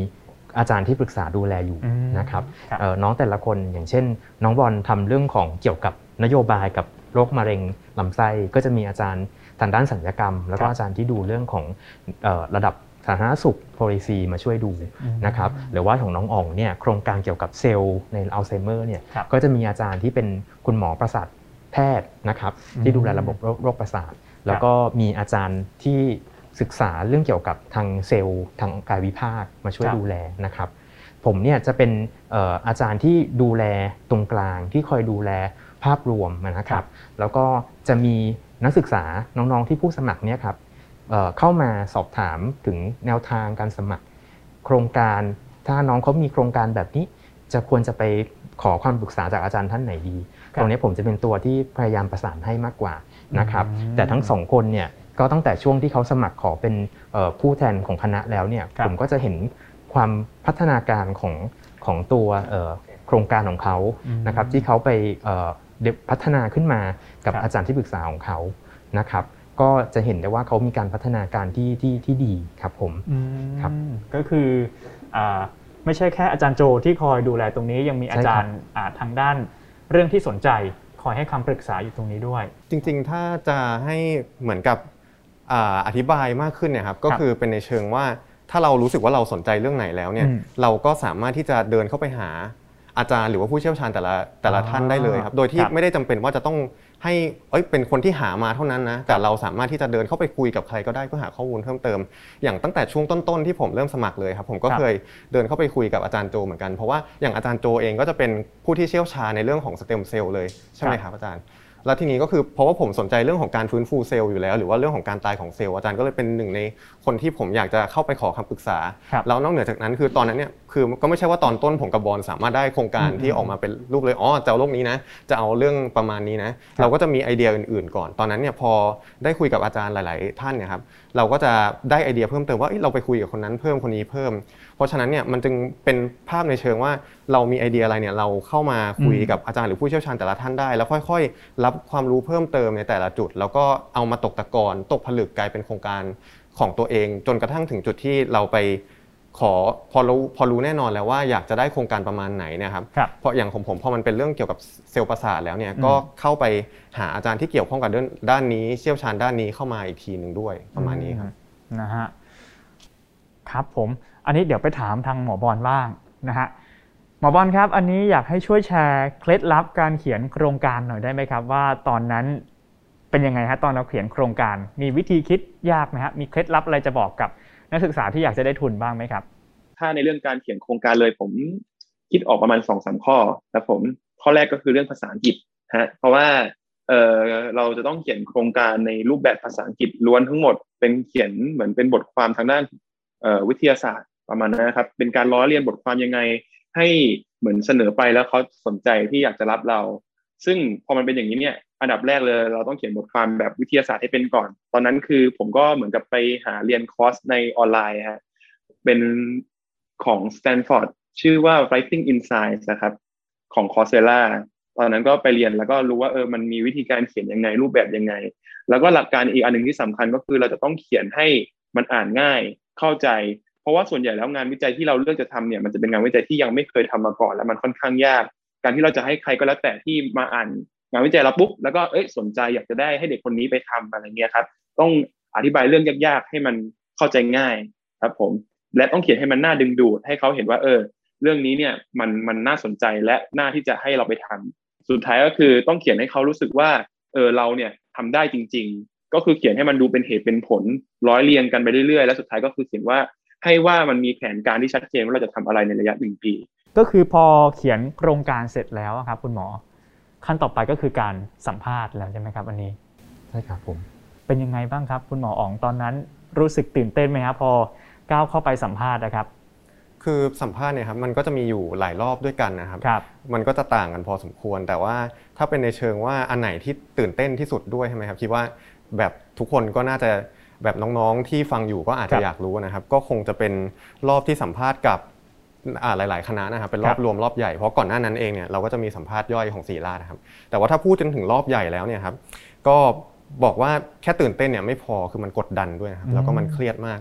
อาจารย์ที่ปรึกษาดูแลอยู่นะครับครับน้องแต่ละคนอย่างเช่นน้องบอลทำเรื่องของเกี่ยวกับนโยบายกับโรคมะเร็งลำไส้ก็จะมีอาจารย์ทางด้านศัลยกรรมแล้วก็อาจารย์ที่ดูเรื่องของเอ่อระดับสาธารณสุข policy มาช่วยดูนะครับหรือว่าของน้องอ่องเนี่ยโครงการเกี่ยวกับเซลล์ในอัลไซเมอร์เนี่ยก็จะมีอาจารย์ที่เป็นคุณหมอประสาทแพทย์นะครับที่ดูแลระบบโรคประสาทแล้วก็มีอาจารย์ที่ศึกษาเรื่องเกี่ยวกับทางเซลล์ทางกายวิภาคมาช่วยดูแลนะครับผมเนี่ยจะเป็นเอ่ออาจารย์ที่ดูแลตรงกลางที่คอยดูแลภาพรวมนะครับแล้วก็จะมีนักศึกษาน้องๆที่ผู้สมัครเนี่ยครับเอ่อเข้ามาสอบถามถึงแนวทางการสมัครโครงการถ้าน้องเขามีโครงการแบบนี้จะควรจะไปขอความปรึกษาจากอาจารย์ท่านไหนดีตรงนี้ผมจะเป็นตัวที่พยายามประสานให้มากกว่านะครับแต่ทั้งสองคนเนี่ยก็ตั้งแต่ช่วงที่เขาสมัครขอเป็นผู้แทนของคณะแล้วเนี่ยผมก็จะเห็นความพัฒนาการของของตัวโครงการของเขานะครับที่เขาไปพัฒนาขึ้นมากับอาจารย์ที่ปรึกษาของเขานะครับก็จะเห็นได้ว่าเขามีการพัฒนาการที่ที่ที่ดีครับผมครับก็คือไม่ใช่แค่อาจารย์โจที่คอยดูแลตรงนี้ยังมีอาจารย์ทางด้านเรื่องที่สนใจคอยให้คำปรึกษาอยู่ตรงนี้ด้วยจริงๆถ้าจะให้เหมือนกับอธิบายมากขึ้นเนี่ยครับก็คือเป็นในเชิงว่าถ้าเรารู้สึกว่าเราสนใจเรื่องไหนแล้วเนี่ยเราก็สามารถที่จะเดินเข้าไปหาอาจารย์หรือว่าผู้เชี่ยวชาญแต่ละแต่ละท่านได้เลยครับโดยที่ไม่ได้จำเป็นว่าจะต้องให้เอ้ยเป็นคนที่หามาเท่านั้นนะแต่เราสามารถที่จะเดินเข้าไปคุยกับใครก็ได้เพื่อหาข้อมูลเพิ่มเติมอย่างตั้งแต่ช่วงต้นๆที่ผมเริ่มสมัครเลยครับผมก็เคยเดินเข้าไปคุยกับอาจารย์โจเหมือนกันเพราะว่าอย่างอาจารย์โจเองก็จะเป็นผู้ที่เชี่ยวชาญในเรื่องของสเต็มเซลล์เลยใช่ไหมครับอาจารย์แล้วทีนี้ก็คือเพราะว่าผมสนใจเรื่องของการฟื้นฟูเซลล์อยู่แล้วหรือว่าเรื่องของการตายของเซลล์อาจารย์ก็เลยเป็นหนึ่งในคนที่ผมอยากจะเข้าไปขอคำปรึกษาแล้วนอกเหนือจากนั้นคือตอนนั้นเนี่ยคือก็ไม่ใช่ว่าตอนต้นผมกับบอลสามารถได้โครงการที่ออกมาเป็นรูปเลยอ๋อจะเอาโรคนี้นะจะเอาเรื่องประมาณนี้นะเราก็จะมีไอเดียอื่นๆก่อนตอนนั้นเนี่ยพอได้คุยกับอาจารย์หลายๆท่านเนี่ยครับเราก็จะได้ไอเดียเพิ่มเติมว่าเราไปคุยกับคนนั้นเพิ่มคนนี้เพิ่มเพราะฉะนั้นเนี่ยมันจึงเป็นภาพในเชิงว่าเรามีไอเดียอะไรเนี่ยเราเข้ามาคุยกับอาจารย์หรือผู้เชี่ยวชาญแต่ละท่านได้แล้วค่อยๆรับความรู้เพิ่มเติมในแต่ละจุดแล้วก็เอามาตกตะกอนตกผลึกกลายเป็นโครงการของตัวเองจนกระทั่งถึงจุดที่เราไปขอพอรู้พอรู้แน่นอนแล้วว่าอยากจะได้โครงการประมาณไหนนะครับเพราะอย่างของผมพอมันเป็นเรื่องเกี่ยวกับเซลล์ประสาทแล้วเนี่ยก็เข้าไปหาอาจารย์ที่เกี่ยวข้องกับด้านนี้เชี่ยวชาญด้านนี้เข้ามาอีกทีนึงด้วยประมาณนี้ครับนะฮะครับผมอันนี้เดี๋ยวไปถามทางหมอบอลบ้างนะฮะหมอบอลครับอันนี้อยากให้ช่วยแชร์เคล็ดลับการเขียนโครงการหน่อยได้ไหมครับว่าตอนนั้นเป็นยังไงฮะตอนเราเขียนโครงการมีวิธีคิดยากไหมฮะมีเคล็ดลับอะไรจะบอกกับนักศึกษาที่อยากจะได้ทุนบ้างไหมครับถ้าในเรื่องการเขียนโครงการเลยผมคิดออกประมาณ สองถึงสาม ข้อครับผมข้อแรกก็คือเรื่องภาษาอังกฤษฮะเพราะว่าเอ่อเราจะต้องเขียนโครงการในรูปแบบภาษาอังกฤษล้วนทั้งหมดเป็นเขียนเหมือนเป็นบทความทางด้านเอ่อวิทยาศาสตร์ประมาณนั้นนะครับเป็นการล้อเลียนบทความยังไงให้เหมือนเสนอไปแล้วเขาสนใจที่อยากจะรับเราซึ่งพอมันเป็นอย่างนี้เนี่ยอันดับแรกเลยเราต้องเขียนบทความแบบวิทยาศาสตร์ให้เป็นก่อนตอนนั้นคือผมก็เหมือนกับไปหาเรียนคอร์สในออนไลน์ฮะเป็นของ Stanford ชื่อว่า Writing in Science นะครับของ Coursera ตอนนั้นก็ไปเรียนแล้วก็รู้ว่าเออมันมีวิธีการเขียนยังไงรูปแบบยังไงแล้วก็หลักการอีกอันนึงที่สำคัญก็คือเราจะต้องเขียนให้มันอ่านง่ายเข้าใจเพราะว่าส่วนใหญ่แล้วงานวิจัยที่เราเลือกจะทำเนี่ยมันจะเป็นงานวิจัยที่ยังไม่เคยทำมาก่อนและมันค่อนข้างยากการที่เราจะให้ใครก็แล้วแต่ที่มาอ่านงานวิจัยเราปุ๊บแล้วก็เอ้ยสนใจอยากจะได้ให้เด็กคนนี้ไปทำอะไรเงี้ยครับต้องอธิบายเรื่องยากๆให้มันเข้าใจง่ายครับผมและต้องเขียนให้มันน่าดึงดูดให้เขาเห็นว่าเออเรื่องนี้เนี่ยมันมันน่าสนใจและน่าที่จะให้เราไปทำสุดท้ายก็คือต้องเขียนให้เขารู้สึกว่าเออเราเนี่ยทำได้จริงๆก็คือเขียนให้มันดูเป็นเหตุเป็นผลร้อยเรียงกันไปเรื่อยๆแล้วสุดท้ายก็คือเขียนว่าให้ว่ามันมีแผนการที่ชัดเจนว่าเราจะทำอะไรในระยะหนึ่งปีก็คือพอเขียนโครงการเสร็จแล้วครับคุณหมอขั้นต่อไปก็คือการสัมภาษณ์แล้วใช่ไหมครับอันนี้ใช่ครับผมเป็นยังไงบ้างครับคุณหมออ๋องตอนนั้นรู้สึกตื่นเต้นไหมครับพอก้าวเข้าไปสัมภาษณ์นะครับคือสัมภาษณ์เนี่ยครับมันก็จะมีอยู่หลายรอบด้วยกันนะครับมันก็จะต่างกันพอสมควรแต่ว่าถ้าเป็นในเชิงว่าอันไหนที่ตื่นเต้นที่สุดด้วยใช่ไหมครับคิดว่าแบบทุกคนก็น่าจะแบบน้องๆที่ฟังอยู่ก็อาจจะอยากรู้นะครับก็คงจะเป็นรอบที่สัมภาษณ์กับหลายๆคณะนะครับเป็นรอบรวมรอบใหญ่เพราะก่อนหน้านั้นเองเนี่ยเราก็จะมีสัมภาษณ์ย่อยของศิริราชนะครับแต่ว่าถ้าพูดจนถึงรอบใหญ่แล้วเนี่ยครับก็บอกว่าแค่ตื่นเต้นเนี่ยไม่พอคือมันกดดันด้วยนะครับแล้วก็มันเครียดมาก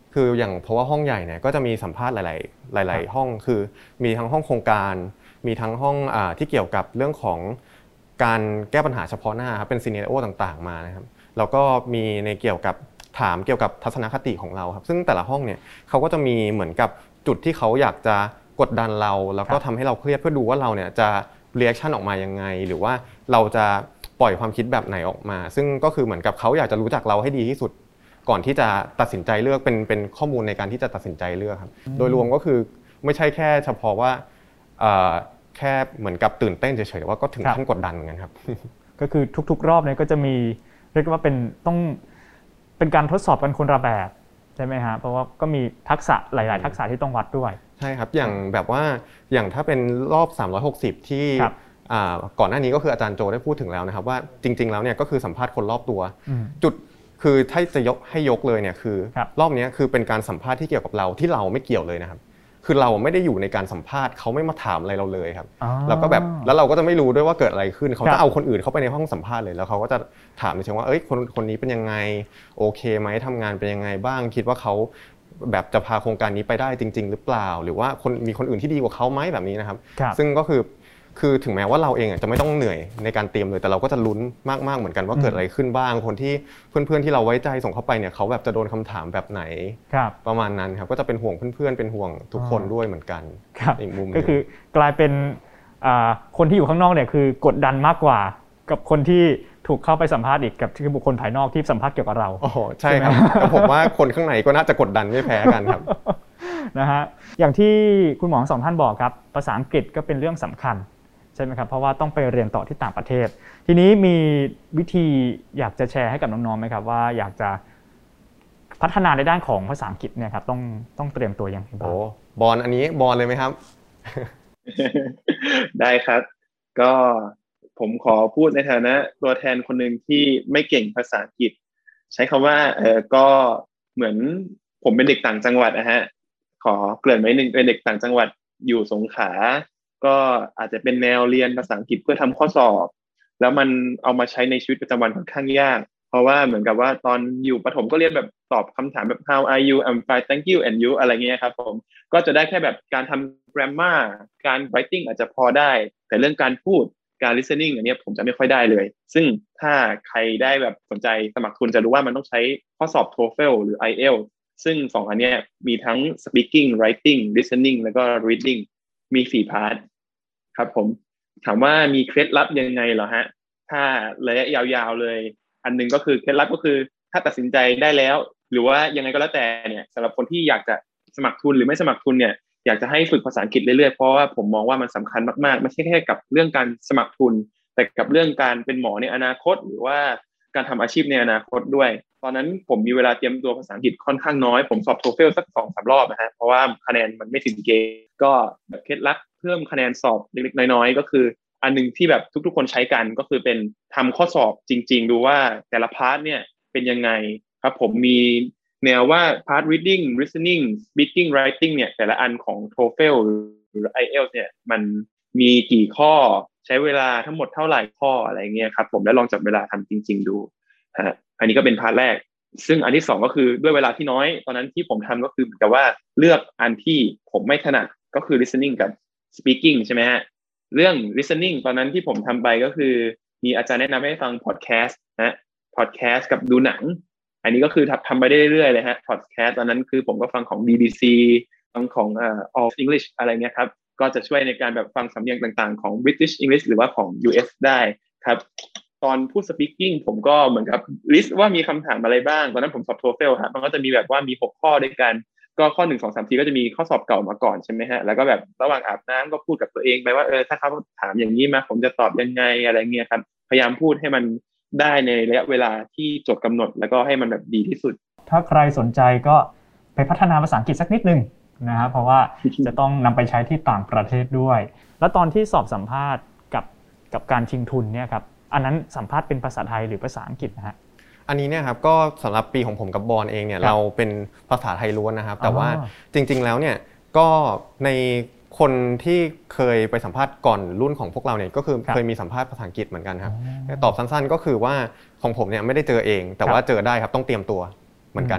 คืออย่างเพราะว่าห้องใหญ่เนี่ยก็จะมีสัมภาษณ์หลายๆหลายๆห้องคือมีทั้งห้องโครงการมีทั้งห้องอ่าที่เกี่ยวกับเรื่องของการแก้ปัญหาเฉพาะหน้าครับเป็นซีเนริโอต่างๆมานะครับแล้วก็มีในเกี่ยวกับถามเกี่ยวกับทัศนคติของเราครับซึ่งแต่ละห้องเนี่ยเขาก็จะมีเหมือนกับจุดที่เขาอยากจะกดดันเราแล้วก็ทำให้เราเครียดเพื่อดูว่าเราเนี่ยจะรีแอคชั่นออกมายังไงหรือว่าเราจะปล่อยความคิดแบบไหนออกมาซึ่งก็คือเหมือนกับเขาอยากจะรู้จักเราให้ดีที่สุดก่อนที่จะตัดสินใจเลือกเป็นเป็นข้อมูลในการที่จะตัดสินใจเลือกครับโดยรวมก็คือไม่ใช่แค่เฉพาะว่าแค่เหมือนกับตื่นเต้นเฉยๆว่าก็ถึงขั้นกดดันเหมือนกันครับก็คือทุกๆรอบเนี่ยก็จะมีเรียกว่าเป็นต้องเป็นการทดสอบกันคนละแบบใช่ไหมฮะเพราะว่าก็มีทักษะหลายๆทักษะที่ต้องวัดด้วยใช่ครับอย่างแบบว่าอย่างถ้าเป็นรอบสามร้อยหกสิบที่ก่อนหน้านี้ก็คืออาจารย์โจได้พูดถึงแล้วนะครับว่าจริงๆแล้วเนี่ยก็คือสัมภาษณ์คนรอบตัวจุดคือถ้าจะยกให้ยกเลยเนี่ยคือรอบนี้คือเป็นการสัมภาษณ์ที่เกี่ยวกับเราที่เราไม่เกี่ยวเลยนะครับคือเราไม่ได้อยู่ในการสัมภาษณ์เขาไม่มาถามอะไรเราเลยครับแล้วก็แบบแล้วเราก็จะไม่รู้ด้วยว่าเกิดอะไรขึ้นเขาจะเอาคนอื่นเข้าไปในห้องสัมภาษณ์เลยแล้วเขาก็จะถามในเชิงว่าเอ้ยคนคนนี้เป็นยังไงโอเคไหมทำงานเป็นยังไงบ้างคิดว่าเขาแบบจะพาโครงการนี้ไปได้จริงๆหรือเปล่าหรือว่าคนมีคนอื่นที่ดีกว่าเขาไหมแบบนี้นะครับซึ่งก็คือคือถึงแม้ว่าเราเองจะไม่ต้องเหนื่อยในการเตรียมเลยแต่เราก็จะลุ้นมากๆเหมือนกันว่าเกิดอะไรขึ้นบ้างคนที่เพื่อนๆที่เราไว้ใจส่งเข้าไปเนี่ยเขาแบบจะโดนคำถามแบบไหนประมาณนั้นครับก็จะเป็นห่วงเพื่อนๆเป็นห่วงทุกคนด้วยเหมือนกันอีกมุมก็คือกลายเป็นคนที่อยู่ข้างนอกเนี่ยคือกดดันมากกว่ากับคนที่ถูกเข้าไปสัมภาษณ์อีกกับที่บุคคลภายนอกที่สัมภาษณ์เกี่ยวกับเราอ๋อใช่ครับแต่ผมว่าคนข้างในก็น่าจะกดดันไม่แพ้กันครับนะฮะอย่างที่คุณหมอสองท่านบอกครับภาษาอังกฤษก็เป็นเรื่องสำคัญใช่ไหมครับเพราะว่าต้องไปเรียนต่อที่ต่างประเทศทีนี้มีวิธีอยากจะแชร์ให้กับน้องๆไหมครับว่าอยากจะพัฒนาในด้านของภาษาอังกฤษเนี่ยครับต้องต้องเตรียมตัวยังไงบ้างโอ้บอลอันนี้บอลเลยไหมครับได้ครับก็ผมขอพูดในฐานะตัวแทนคนหนึ่งที่ไม่เก่งภาษาอังกฤษใช้คำว่าเออก็เหมือนผมเป็นเด็กต่างจังหวัดนะฮะขอเกริ่นไว้นึงเป็นเด็กต่างจังหวัดอยู่สงขลาก็อาจจะเป็นแนวเรียนภาษาอังกฤษเพื่อทำข้อสอบแล้วมันเอามาใช้ในชีวิตประจำวันค่อนข้างยากเพราะว่าเหมือนกับว่าตอนอยู่ประถมก็เรียนแบบตอบคำถามแบบ how are you I'm fine thank you and you อะไรเงี้ยครับผมก็จะได้แค่แบบการทำ grammar การ writing อาจจะพอได้แต่เรื่องการพูดการ listening อันนี้ผมจะไม่ค่อยได้เลยซึ่งถ้าใครได้แบบสนใจสมัครทุนจะรู้ว่ามันต้องใช้ข้อสอบ โทเฟล หรือ ไอ เอล ซึ่งสองอันนี้มีทั้ง speaking writing listening แล้วก็ reading มีสี่พาร์ทครับผมถามว่ามีเคล็ดลับยังไงเหรอฮะถ้าระยะยาวๆเลยอันนึงก็คือเคล็ดลับก็คือถ้าตัดสินใจได้แล้วหรือว่ายังไงก็แล้วแต่เนี่ยสำหรับคนที่อยากจะสมัครทุนหรือไม่สมัครทุนเนี่ยอยากจะให้ฝึกภาษาอังกฤษเรื่อยๆเพราะว่าผมมองว่ามันสำคัญมากๆไม่ใช่แค่กับเรื่องการสมัครทุนแต่กับเรื่องการเป็นหมอในอนาคตหรือว่าการทำอาชีพในอนาคตด้วยตอนนั้นผมมีเวลาเตรียมตัวภาษาอังกฤษค่อนข้างน้อยผมสอบ โทเฟล สัก สองถึงสาม รอบนะฮะเพราะว่าคะแนนมันไม่ถึงเกณฑ์ก็เคล็ดลับเพิ่มคะแนนสอบเล็กๆน้อยๆก็คืออันนึงที่แบบทุกๆคนใช้กันก็คือเป็นทำข้อสอบจริงๆดูว่าแต่ละพาร์ทเนี่ยเป็นยังไงครับผมมีแนวว่า part reading listening speaking writing เนี่ยแต่ละอันของ โทเฟล หรือ ไอ เอล เนี่ยมันมีกี่ข้อใช้เวลาทั้งหมดเท่าไหร่ข้ออะไรเงี้ยครับผมแล้วลองจับเวลาทำจริงๆดูฮะอันนี้ก็เป็นพาร์ทแรกซึ่งอันที่สองก็คือด้วยเวลาที่น้อยตอนนั้นที่ผมทำก็คือเหมือนกับว่าเลือกอันที่ผมไม่ถนัดก็คือ listening กับ speaking ใช่ไหมฮะเรื่อง listening ตอนนั้นที่ผมทำไปก็คือมีอาจารย์แนะนำให้ฟัง podcast นะ podcast กับดูหนังอันนี้ก็คือทำไปได้เรื่อยๆเลยฮะ podcast ตอนนั้นคือผมก็ฟังของ บี บี ซี ฟังของเอ่อ All English อะไรเงี้ยครับก็จะช่วยในการแบบฟังสำเนียงต่างๆของ British English หรือว่าของ ยู เอส ได้ครับตอนพูด speaking ผมก็เหมือนกับ list ว่ามีคำถามอะไรบ้างตอนนั้นผมสอบ โทเฟล ครับมันก็จะมีแบบว่ามีหกข้อด้วยกันก็ข้อหนึ่ง สอง สามทีก็จะมีข้อสอบเก่ามาก่อนใช่ไหมฮะแล้วก็แบบระหว่างอาบน้ำก็พูดกับตัวเองไปว่าเออถ้าเขาถามอย่างนี้มาผมจะตอบยังไงอะไรเงี้ยครับพยายามพูดให้มันได้ในระยะเวลาที่โจทย์กำหนดแล้วก็ให้มันแบบดีที่สุดถ้าใครสนใจก็ไปพัฒนาภาษาอังกฤษสักนิดนึงนะครับเพราะว่าจะต้องนำไปใช้ที่ต่างประเทศด้วยแล้วตอนที่สอบสัมภาษณ์กับกับการชิงทุนเนี่ยครับอันนั้นสัมภาษณ์เป็นภาษาไทยหรือภาษาอังกฤษนะฮะอันนี้เนี่ยครับก็สำหรับปีของผมกับบอลเองเนี่ยเราเป็นภาษาไทยล้วนนะครับแต่ว่าจริงๆแล้วเนี่ยก็ในคนที่เคยไปสัมภาษณ์ก่อนรุ่นของพวกเราเนี่ยก็คือเคยมีสัมภาษณ์ภาษาอังกฤษเหมือนกันครับตอบสั้นๆก็คือว่าของผมเนี่ยไม่ได้เจอเองแต่ว่าเจอได้ครับต้องเตรียมตัวเหมือนกันครับ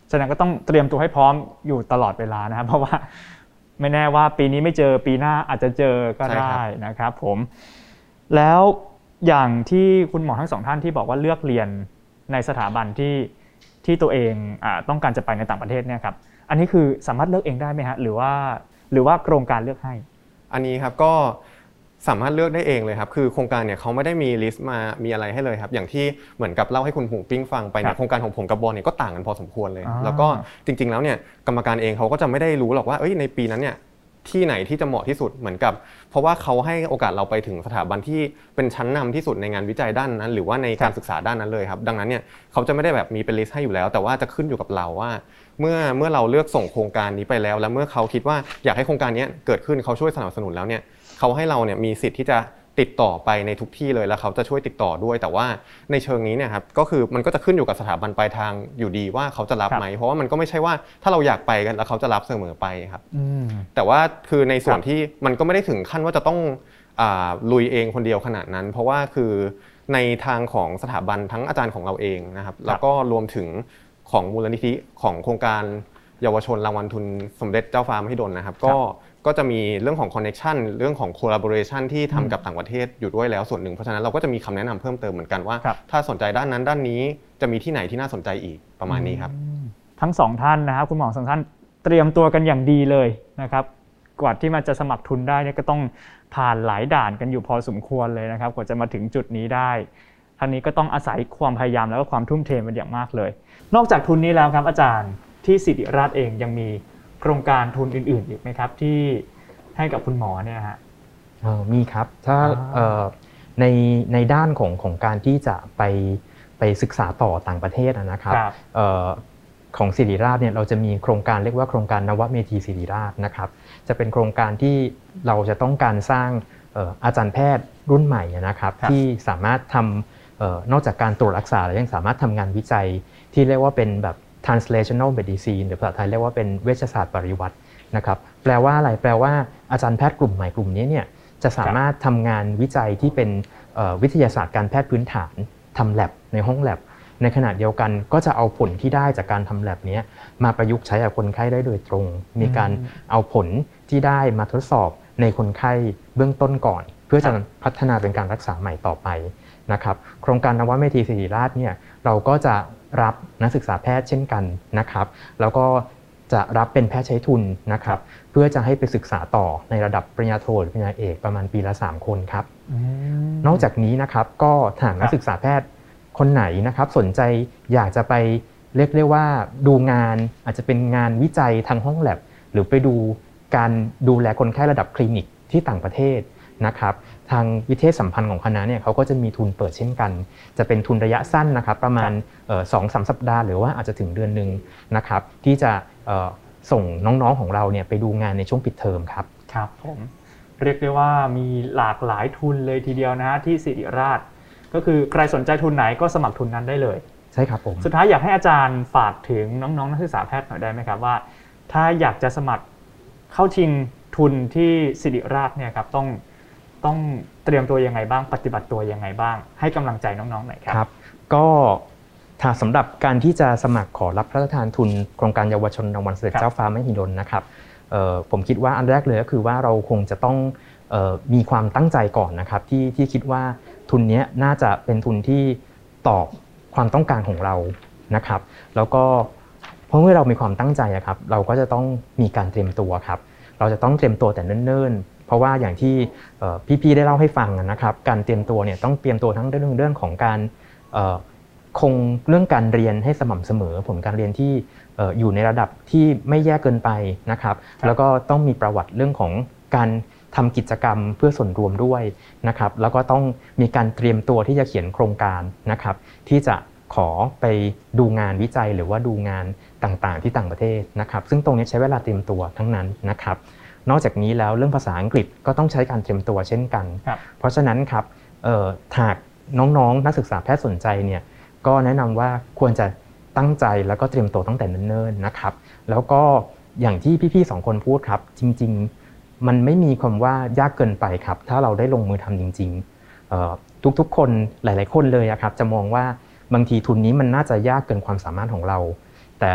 ฉะนั้นก็ต้องเตรียมตัวให้พร้อมอยู่ตลอดเวลานะครับเพราะว่าไม่แน่ว่าปีนี้ไม่เจอปีหน้าอาจจะเจอก็ได้นะครับผมแล้วอย่างที่คุณหมอทั้งสองท่านที่บอกว่าเลือกเรียนในสถาบันที่ที่ตัวเองอ่าต้องการจะไปในต่างประเทศเนี่ยครับอันนี้คือสามารถเลือกเองได้ไหมฮะหรือว่าหรือว่าโครงการเลือกให้อันนี้ครับก็สามารถเลือกได้เองเลยครับคือโครงการเนี่ยเขาไม่ได้มีลิสต์มามีอะไรให้เลยครับอย่างที่เหมือนกับเล่าให้คุณหูปิ้งฟังไปเนี่ยโครงการของผมกับบอลเนี่ยก็ต่างกันพอสมควรเลยแล้วก็จริงๆแล้วเนี่ยกรรมการเองเขาก็จะไม่ได้รู้หรอกว่าเอ้ยในปีนั้นเนี่ยที่ไหนที่จะเหมาะที่สุดเหมือนกับเพราะว่าเขาให้โอกาสเราไปถึงสถาบันที่เป็นชั้นนำที่สุดในงานวิจัยด้านนั้นหรือว่าในการศึกษาด้านนั้นเลยครับดังนั้นเนี่ยเขาจะไม่ได้แบบมีเป็นลิสต์ให้อยู่แล้วแต่ว่าจะขึ้นอยู่กับเราว่าเมื่อเมื่อเราเลือกส่งโครงการนี้ไปแล้วแล้วเมื่อเขาคิดว่าอยากให้โครงการนี้เกิดขึ้นเขาช่วยสนับสนุนแล้วเนี่ยเขาให้เราเนี่ยมีสิทธิ์ที่จะติดต่อไปในทุกที่เลยแล้วเขาจะช่วยติดต่อด้วยแต่ว่าในเชิงนี้เนี่ยครับก็คือมันก็จะขึ้นอยู่กับสถาบันปลายทางอยู่ดีว่าเขาจะรับไหมเพราะว่ามันก็ไม่ใช่ว่าถ้าเราอยากไปกันแล้วเขาจะรับเสมอไปครับแต่ว่าคือในส่วนที่มันก็ไม่ได้ถึงขั้นว่าจะต้องลุยเองคนเดียวขนาดนั้นเพราะว่าคือในทางของสถาบันทั้งอาจารย์ของเราเองนะครับแล้วก็รวมถึงของมูลนิธิของโครงการเยาวชนรางวัลทุนสมเด็จเจ้าฟ้ามหิดลนะครับก็ก็จะมีเรื่องของ connection เรื่องของ collaboration ที่ทำกับต่างประเทศอยู่ด้วยแล้วส่วนหนึ่งเพราะฉะนั้นเราก็จะมีคำแนะนำเพิ่มเติมเหมือนกันว่าถ้าสนใจด้านนั้นด้านนี้จะมีที่ไหนที่น่าสนใจอีกประมาณนี้ครับทั้งสองท่านนะครับคุณหมอสองท่านเตรียมตัวกันอย่างดีเลยนะครับกว่าที่มันจะสมัครทุนได้เนี่ยก็ต้องผ่านหลายด่านกันอยู่พอสมควรเลยนะครับกว่าจะมาถึงจุดนี้ได้ทั้งนี้ก็ต้องอาศัยความพยายามแล้วก็ความทุ่มเทเป็นอย่างมากเลยนอกจากทุนนี้แล้วครับอาจารย์ที่ศิริราชเองยังมีโครงการทุนอื่นๆอีกไหมครับที่ให้กับคุณหมอเนี่ยฮะมีครับถ้าในในด้านของของการที่จะไปไปศึกษาต่อต่างประเทศนะครับของศิริราชเนี่ยเราจะมีโครงการเรียกว่าโครงการนวเมธีศิริราชนะครับจะเป็นโครงการที่เราจะต้องการสร้างอาจารย์แพทย์รุ่นใหม่นะครับที่สามารถทำนอกจากการตรวจรักษาแล้วยังสามารถทำงานวิจัยที่เรียกว่าเป็นแบบ translational medicine หรือภาษาไทยเรียกว่าเป็นเวชศาสตร์ปริวัตินะครับแปลว่าอะไรแปลว่าอาจารย์แพทย์กลุ่มใหม่กลุ่มนี้เนี่ยจะสามารถทำงานวิจัยที่เป็นวิทยาศาสตร์การแพทย์พื้นฐานทำ lab ในห้อง lab ในขณะเดียวกันก็จะเอาผลที่ได้จากการทำ lab นี้มาประยุกต์ใช้กับคนไข้ได้โดยตรงมีการเอาผลที่ได้มาทดสอบในคนไข้เบื้องต้นก่อนเพื่อจะพัฒนาเป็นการรักษาใหม่ต่อไปนะครับโครงการนวเมธีศิริราชเนี่ยเราก็จะรับนักศึกษาแพทย์เช่นกันนะครับแล้วก็จะรับเป็นแพทย์ใช้ทุนนะครับเพื่อจะให้ไปศึกษาต่อในระดับปริญญาโทหรือปริญญาเอกประมาณปีละสามคนครับนอกจากนี้นะครับก็ถ้านักศึกษาแพทย์คนไหนนะครับสนใจอยากจะไปเรียกได้ว่าดูงานอาจจะเป็นงานวิจัยทางห้องแลบหรือไปดูการดูแลคนไข้ระดับคลินิกที่ต่างประเทศนะครับทางวิเทศสัมพันธ์ของคณะเนี่ยเขาก็จะมีทุนเปิดเช่นกันจะเป็นทุนระยะสั้นนะครับประมาณ สองถึงสาม สัปดาห์หรือว่าอาจจะถึงเดือนนึงนะครับที่จะส่งน้องๆของเราเนี่ยไปดูงานในช่วงปิดเทอมครับครับผมเรียกได้ว่ามีหลากหลายทุนเลยทีเดียวนะฮะที่ศิริราชก็คือใครสนใจทุนไหนก็สมัครทุนนั้นได้เลยใช่ครับผมสุดท้ายอยากให้อาจารย์ฝากถึงน้องๆนักศึกษาแพทย์หน่อยได้ไหมครับว่าถ้าอยากจะสมัครเข้าชิงทุนที่ศิริราชเนี่ยครับต้องต้องเตรียมตัวยังไงบ้างปฏิบัติตัวยังไงบ้างให้กำลังใจน้องๆหน่อยครับครับก็ถ้าสำหรับการที่จะสมัครขอรับพระราชทานทุนโครงการเยาวชนรางวัลสมเด็จเจ้าฟ้ามหิดลนะครับผมคิดว่าอันแรกเลยก็คือว่าเราคงจะต้องมีความตั้งใจก่อนนะครับที่ที่คิดว่าทุนนี้น่าจะเป็นทุนที่ตอบความต้องการของเรานะครับแล้วก็เพราะเมื่อเรามีความตั้งใจครับเราก็จะต้องมีการเตรียมตัวครับเราจะต้องเตรียมตัวแต่เนิ่นๆเพราะว่าอย่างที่พี่ๆได้เล่าให้ฟังนะครับการเตรียมตัวเนี่ยต้องเตรียมตัวทั้งเรื่องเรื่องของการคงเรื่องการเรียนให้สม่ำเสมอผลการเรียนที่อยู่ในระดับที่ไม่แย่เกินไปนะครับแล้วก็ต้องมีประวัติเรื่องของการทำกิจกรรมเพื่อส่วนรวมด้วยนะครับแล้วก็ต้องมีการเตรียมตัวที่จะเขียนโครงการนะครับที่จะขอไปดูงานวิจัยหรือว่าดูงานต่างๆที่ต่างประเทศนะครับซึ่งตรงนี้ใช้เวลาเตรียมตัวทั้งนั้นนะครับนอกจากนี้แล้วเรื่องภาษาอังกฤษก็ต้องใช้การเตรียมตัวเช่นกันเพราะฉะนั้นครับหากน้องๆนักศึกษาแพทย์สนใจเนี่ยก็แนะนำว่าควรจะตั้งใจแล้วก็เตรียมตัวตั้งแต่เนิ่นๆนะครับแล้วก็อย่างที่พี่ๆสองคนพูดครับจริงๆมันไม่มีคำว่ายากเกินไปครับถ้าเราได้ลงมือทำจริงๆทุกๆคนหลายๆคนเลยครับจะมองว่าบางทีทุนนี้มันน่าจะยากเกินความสามารถของเราแต่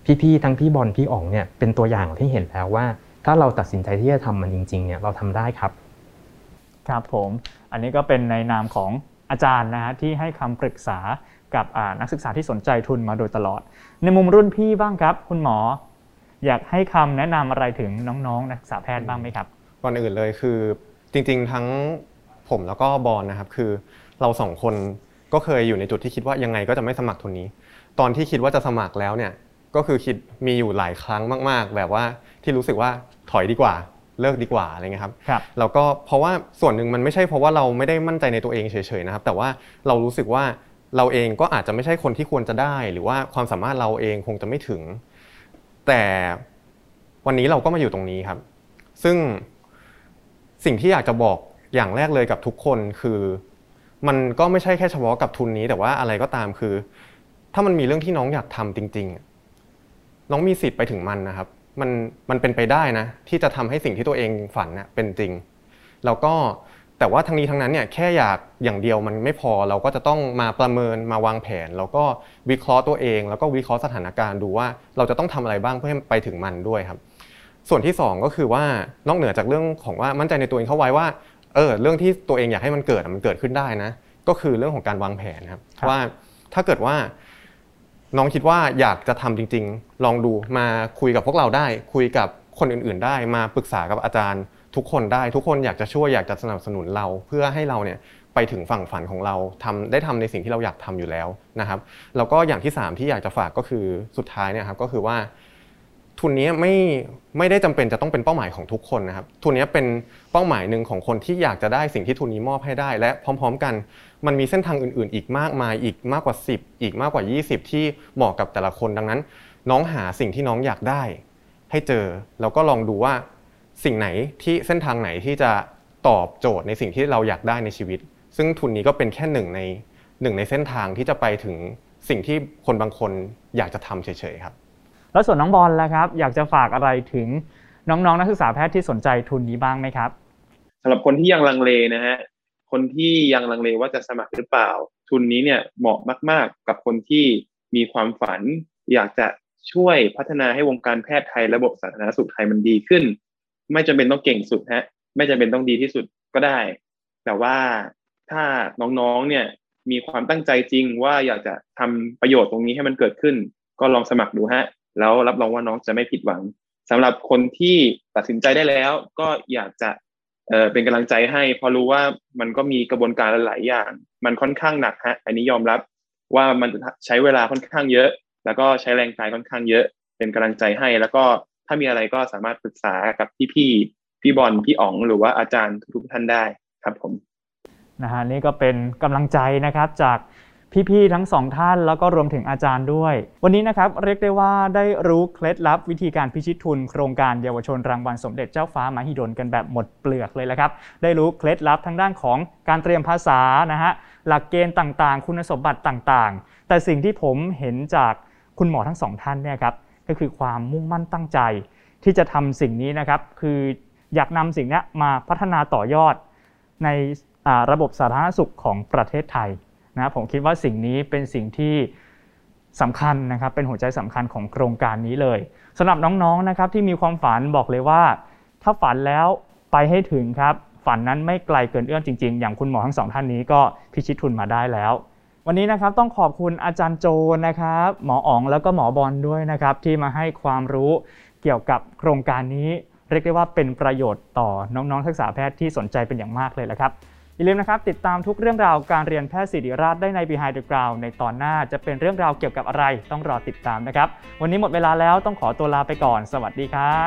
พี่ๆทั้งพี่บอลพี่อ๋องเนี่ยเป็นตัวอย่างที่เห็นแล้วว่าถ้าเราตัดสินใจที่จะทำมันจริงๆเนี่ยเราทำได้ครับครับผมอันนี้ก็เป็นในนามของอาจารย์นะฮะที่ให้คำปรึกษากับนักศึกษาที่สนใจทุนมาโดยตลอดในมุมรุ่นพี่บ้างครับคุณหมออยากให้คำแนะนำอะไรถึงน้องๆนักศึกษาแพทย์บ้างไหมครับก่อนอื่นเลยคือจริงๆทั้งผมแล้วก็บอลนะครับคือเราสองคนก็เคยอยู่ในจุดที่คิดว่ายังไงก็จะไม่สมัครทุนนี้ตอนที่คิดว่าจะสมัครแล้วเนี่ยก็คือคิดมีอยู่หลายครั้งมากๆแบบว่าที่รู้สึกว่าถอยดีกว่าเลิกดีกว่าอะไรเงี้ยครับแล้วก็เพราะว่าส่วนหนึ่งมันไม่ใช่เพราะว่าเราไม่ได้มั่นใจในตัวเองเฉยๆนะครับแต่ว่าเรารู้สึกว่าเราเองก็อาจจะไม่ใช่คนที่ควรจะได้หรือว่าความสามารถเราเองคงจะไม่ถึงแต่วันนี้เราก็มาอยู่ตรงนี้ครับซึ่งสิ่งที่อยากจะบอกอย่างแรกเลยกับทุกคนคือมันก็ไม่ใช่แค่เฉพาะกับทุนนี้แต่ว่าอะไรก็ตามคือถ้ามันมีเรื่องที่น้องอยากทำจริงๆน้องมีสิทธิ์ไปถึงมันนะครับมันมันเป็นไปได้นะที่จะทำให้สิ่งที่ตัวเองฝันน่ะเป็นจริงแล้วก็แต่ว่าทั้งนี้ทั้งนั้นเนี่ยแค่อยากอย่างเดียวมันไม่พอเราก็จะต้องมาประเมินมาวางแผนแล้วก็วิเคราะห์ตัวเองแล้วก็วิเคราะห์สถานการณ์ดูว่าเราจะต้องทำอะไรบ้างเพื่อให้ไปถึงมันด้วยครับส่วนที่สองก็คือว่านอกเหนือจากเรื่องของว่ามั่นใจในตัวเองเข้าไว้ว่าเออเรื่องที่ตัวเองอยากให้มันเกิดมันเกิดขึ้นได้นะก็คือเรื่องของการวางแผนครับว่าถ้าเกิดว่าน้องคิดว่าอยากจะทำจริงๆลองดูมาคุยกับพวกเราได้คุยกับคนอื่นๆได้มาปรึกษากับอาจารย์ทุกคนได้ทุกคนอยากจะช่วยอยากจะสนับสนุนเราเพื่อให้เราเนี่ยไปถึงฝั่งฝันของเราทำได้ทำในสิ่งที่เราอยากทำอยู่แล้วนะครับแล้วก็อย่างที่สามที่อยากจะฝากก็คือสุดท้ายเนี่ยครับก็คือว่าทุนนี้ไม่ไม่ได้จำเป็นจะต้องเป็นเป้าหมายของทุกคนนะครับทุนนี้เป็นเป้าหมายหนึ่งของคนที่อยากจะได้สิ่งที่ทุนนี้มอบให้ได้และพร้อมๆกันมันมีเส้นทางอื่นๆอีกมากมายอีกมากกว่าสิบอีกมากกว่ายี่สิบที่เหมาะกับแต่ละคนดังนั้นน้องหาสิ่งที่น้องอยากได้ให้เจอแล้วก็ลองดูว่าสิ่งไหนที่เส้นทางไหนที่จะตอบโจทย์ในสิ่งที่เราอยากได้ในชีวิตซึ่งทุนนี้ก็เป็นแค่หนึ่งในหนึ่งในเส้นทางที่จะไปถึงสิ่งที่คนบางคนอยากจะทำเฉยๆครับแล้วส่วนน้องบอลล่ะครับอยากจะฝากอะไรถึงน้องๆนักศึกษาแพทย์ที่สนใจทุนนี้บ้างไหมครับสำหรับคนที่ยังลังเลนะฮะคนที่ยังลังเลว่าจะสมัครหรือเปล่าทุนนี้เนี่ยเหมาะมากๆกับคนที่มีความฝันอยากจะช่วยพัฒนาให้วงการแพทย์ไทยระบบสาธารณสุขไทยมันดีขึ้นไม่จำเป็นต้องเก่งสุดฮะไม่จำเป็นต้องดีที่สุดก็ได้แต่ว่าถ้าน้องๆเนี่ยมีความตั้งใจจริงว่าอยากจะทำประโยชน์ตรงนี้ให้มันเกิดขึ้นก็ลองสมัครดูฮะแล้วรับรองว่าน้องจะไม่ผิดหวังสำหรับคนที่ตัดสินใจได้แล้วก็อยากจะเอ่อเป็นกำลังใจให้เพราะรู้ว่ามันก็มีกระบวนการหลายอย่างมันค่อนข้างหนักฮะอันนี้ยอมรับว่ามันใช้เวลาค่อนข้างเยอะแล้วก็ใช้แรงกายค่อนข้างเยอะเป็นกำลังใจให้แล้วก็ถ้ามีอะไรก็สามารถปรึกษากับพี่ๆพี่บอลพี่อ๋องหรือว่าอาจารย์ทุกท่านได้ครับผมนะฮะนี่ก็เป็นกำลังใจนะครับจากพี่ๆทั้งสองท่านแล้วก็รวมถึงอาจารย์ด้วยวันนี้นะครับเรียกได้ว่าได้รู้เคล็ดลับวิธีการพิชิตทุนโครงการเยาวชนรางวัลสมเด็จเจ้าฟ้ามหิดลกันแบบหมดเปลือกเลยละครับได้รู้เคล็ดลับทางด้านของการเตรียมภาษานะฮะหลักเกณฑ์ต่างๆคุณสมบัติต่างๆแต่สิ่งที่ผมเห็นจากคุณหมอทั้งสองท่านเนี่ยครับก็คือความมุ่งมั่นตั้งใจที่จะทำสิ่งนี้นะครับคืออยากนำสิ่งนี้มาพัฒนาต่อยอดในระบบสาธารณสุขของประเทศไทยนะผมคิดว่าสิ่งนี้เป็นสิ่งที่สำคัญนะครับเป็นหัวใจสำคัญของโครงการนี้เลยสำหรับน้องๆนะครับที่มีความฝันบอกเลยว่าถ้าฝันแล้วไปให้ถึงครับฝันนั้นไม่ไกลเกินเอื้อมจริงๆอย่างคุณหมอทั้งสองท่านนี้ก็พิชิตทุนมาได้แล้ววันนี้นะครับต้องขอบคุณอาจารย์โจนะครับหมออ๋องแล้วก็หมอบอลด้วยนะครับที่มาให้ความรู้เกี่ยวกับโครงการนี้เรียกได้ว่าเป็นประโยชน์ต่อน้องๆนักศึกษาแพทย์ที่สนใจเป็นอย่างมากเลยละครับอย่าลืมนะครับติดตามทุกเรื่องราวการเรียนแพทย์ศิริราชได้ใน Behind the Ground ในตอนหน้าจะเป็นเรื่องราวเกี่ยวกับอะไรต้องรอติดตามนะครับวันนี้หมดเวลาแล้วต้องขอตัวลาไปก่อนสวัสดีครับ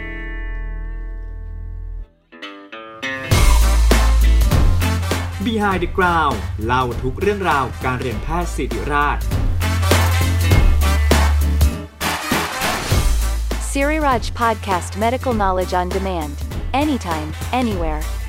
Behind the Ground เล่าทุกเรื่องราวการเรียนแพทย์ศิริราช Siriraj Podcast Medical Knowledge on Demand Anytime, Anywhere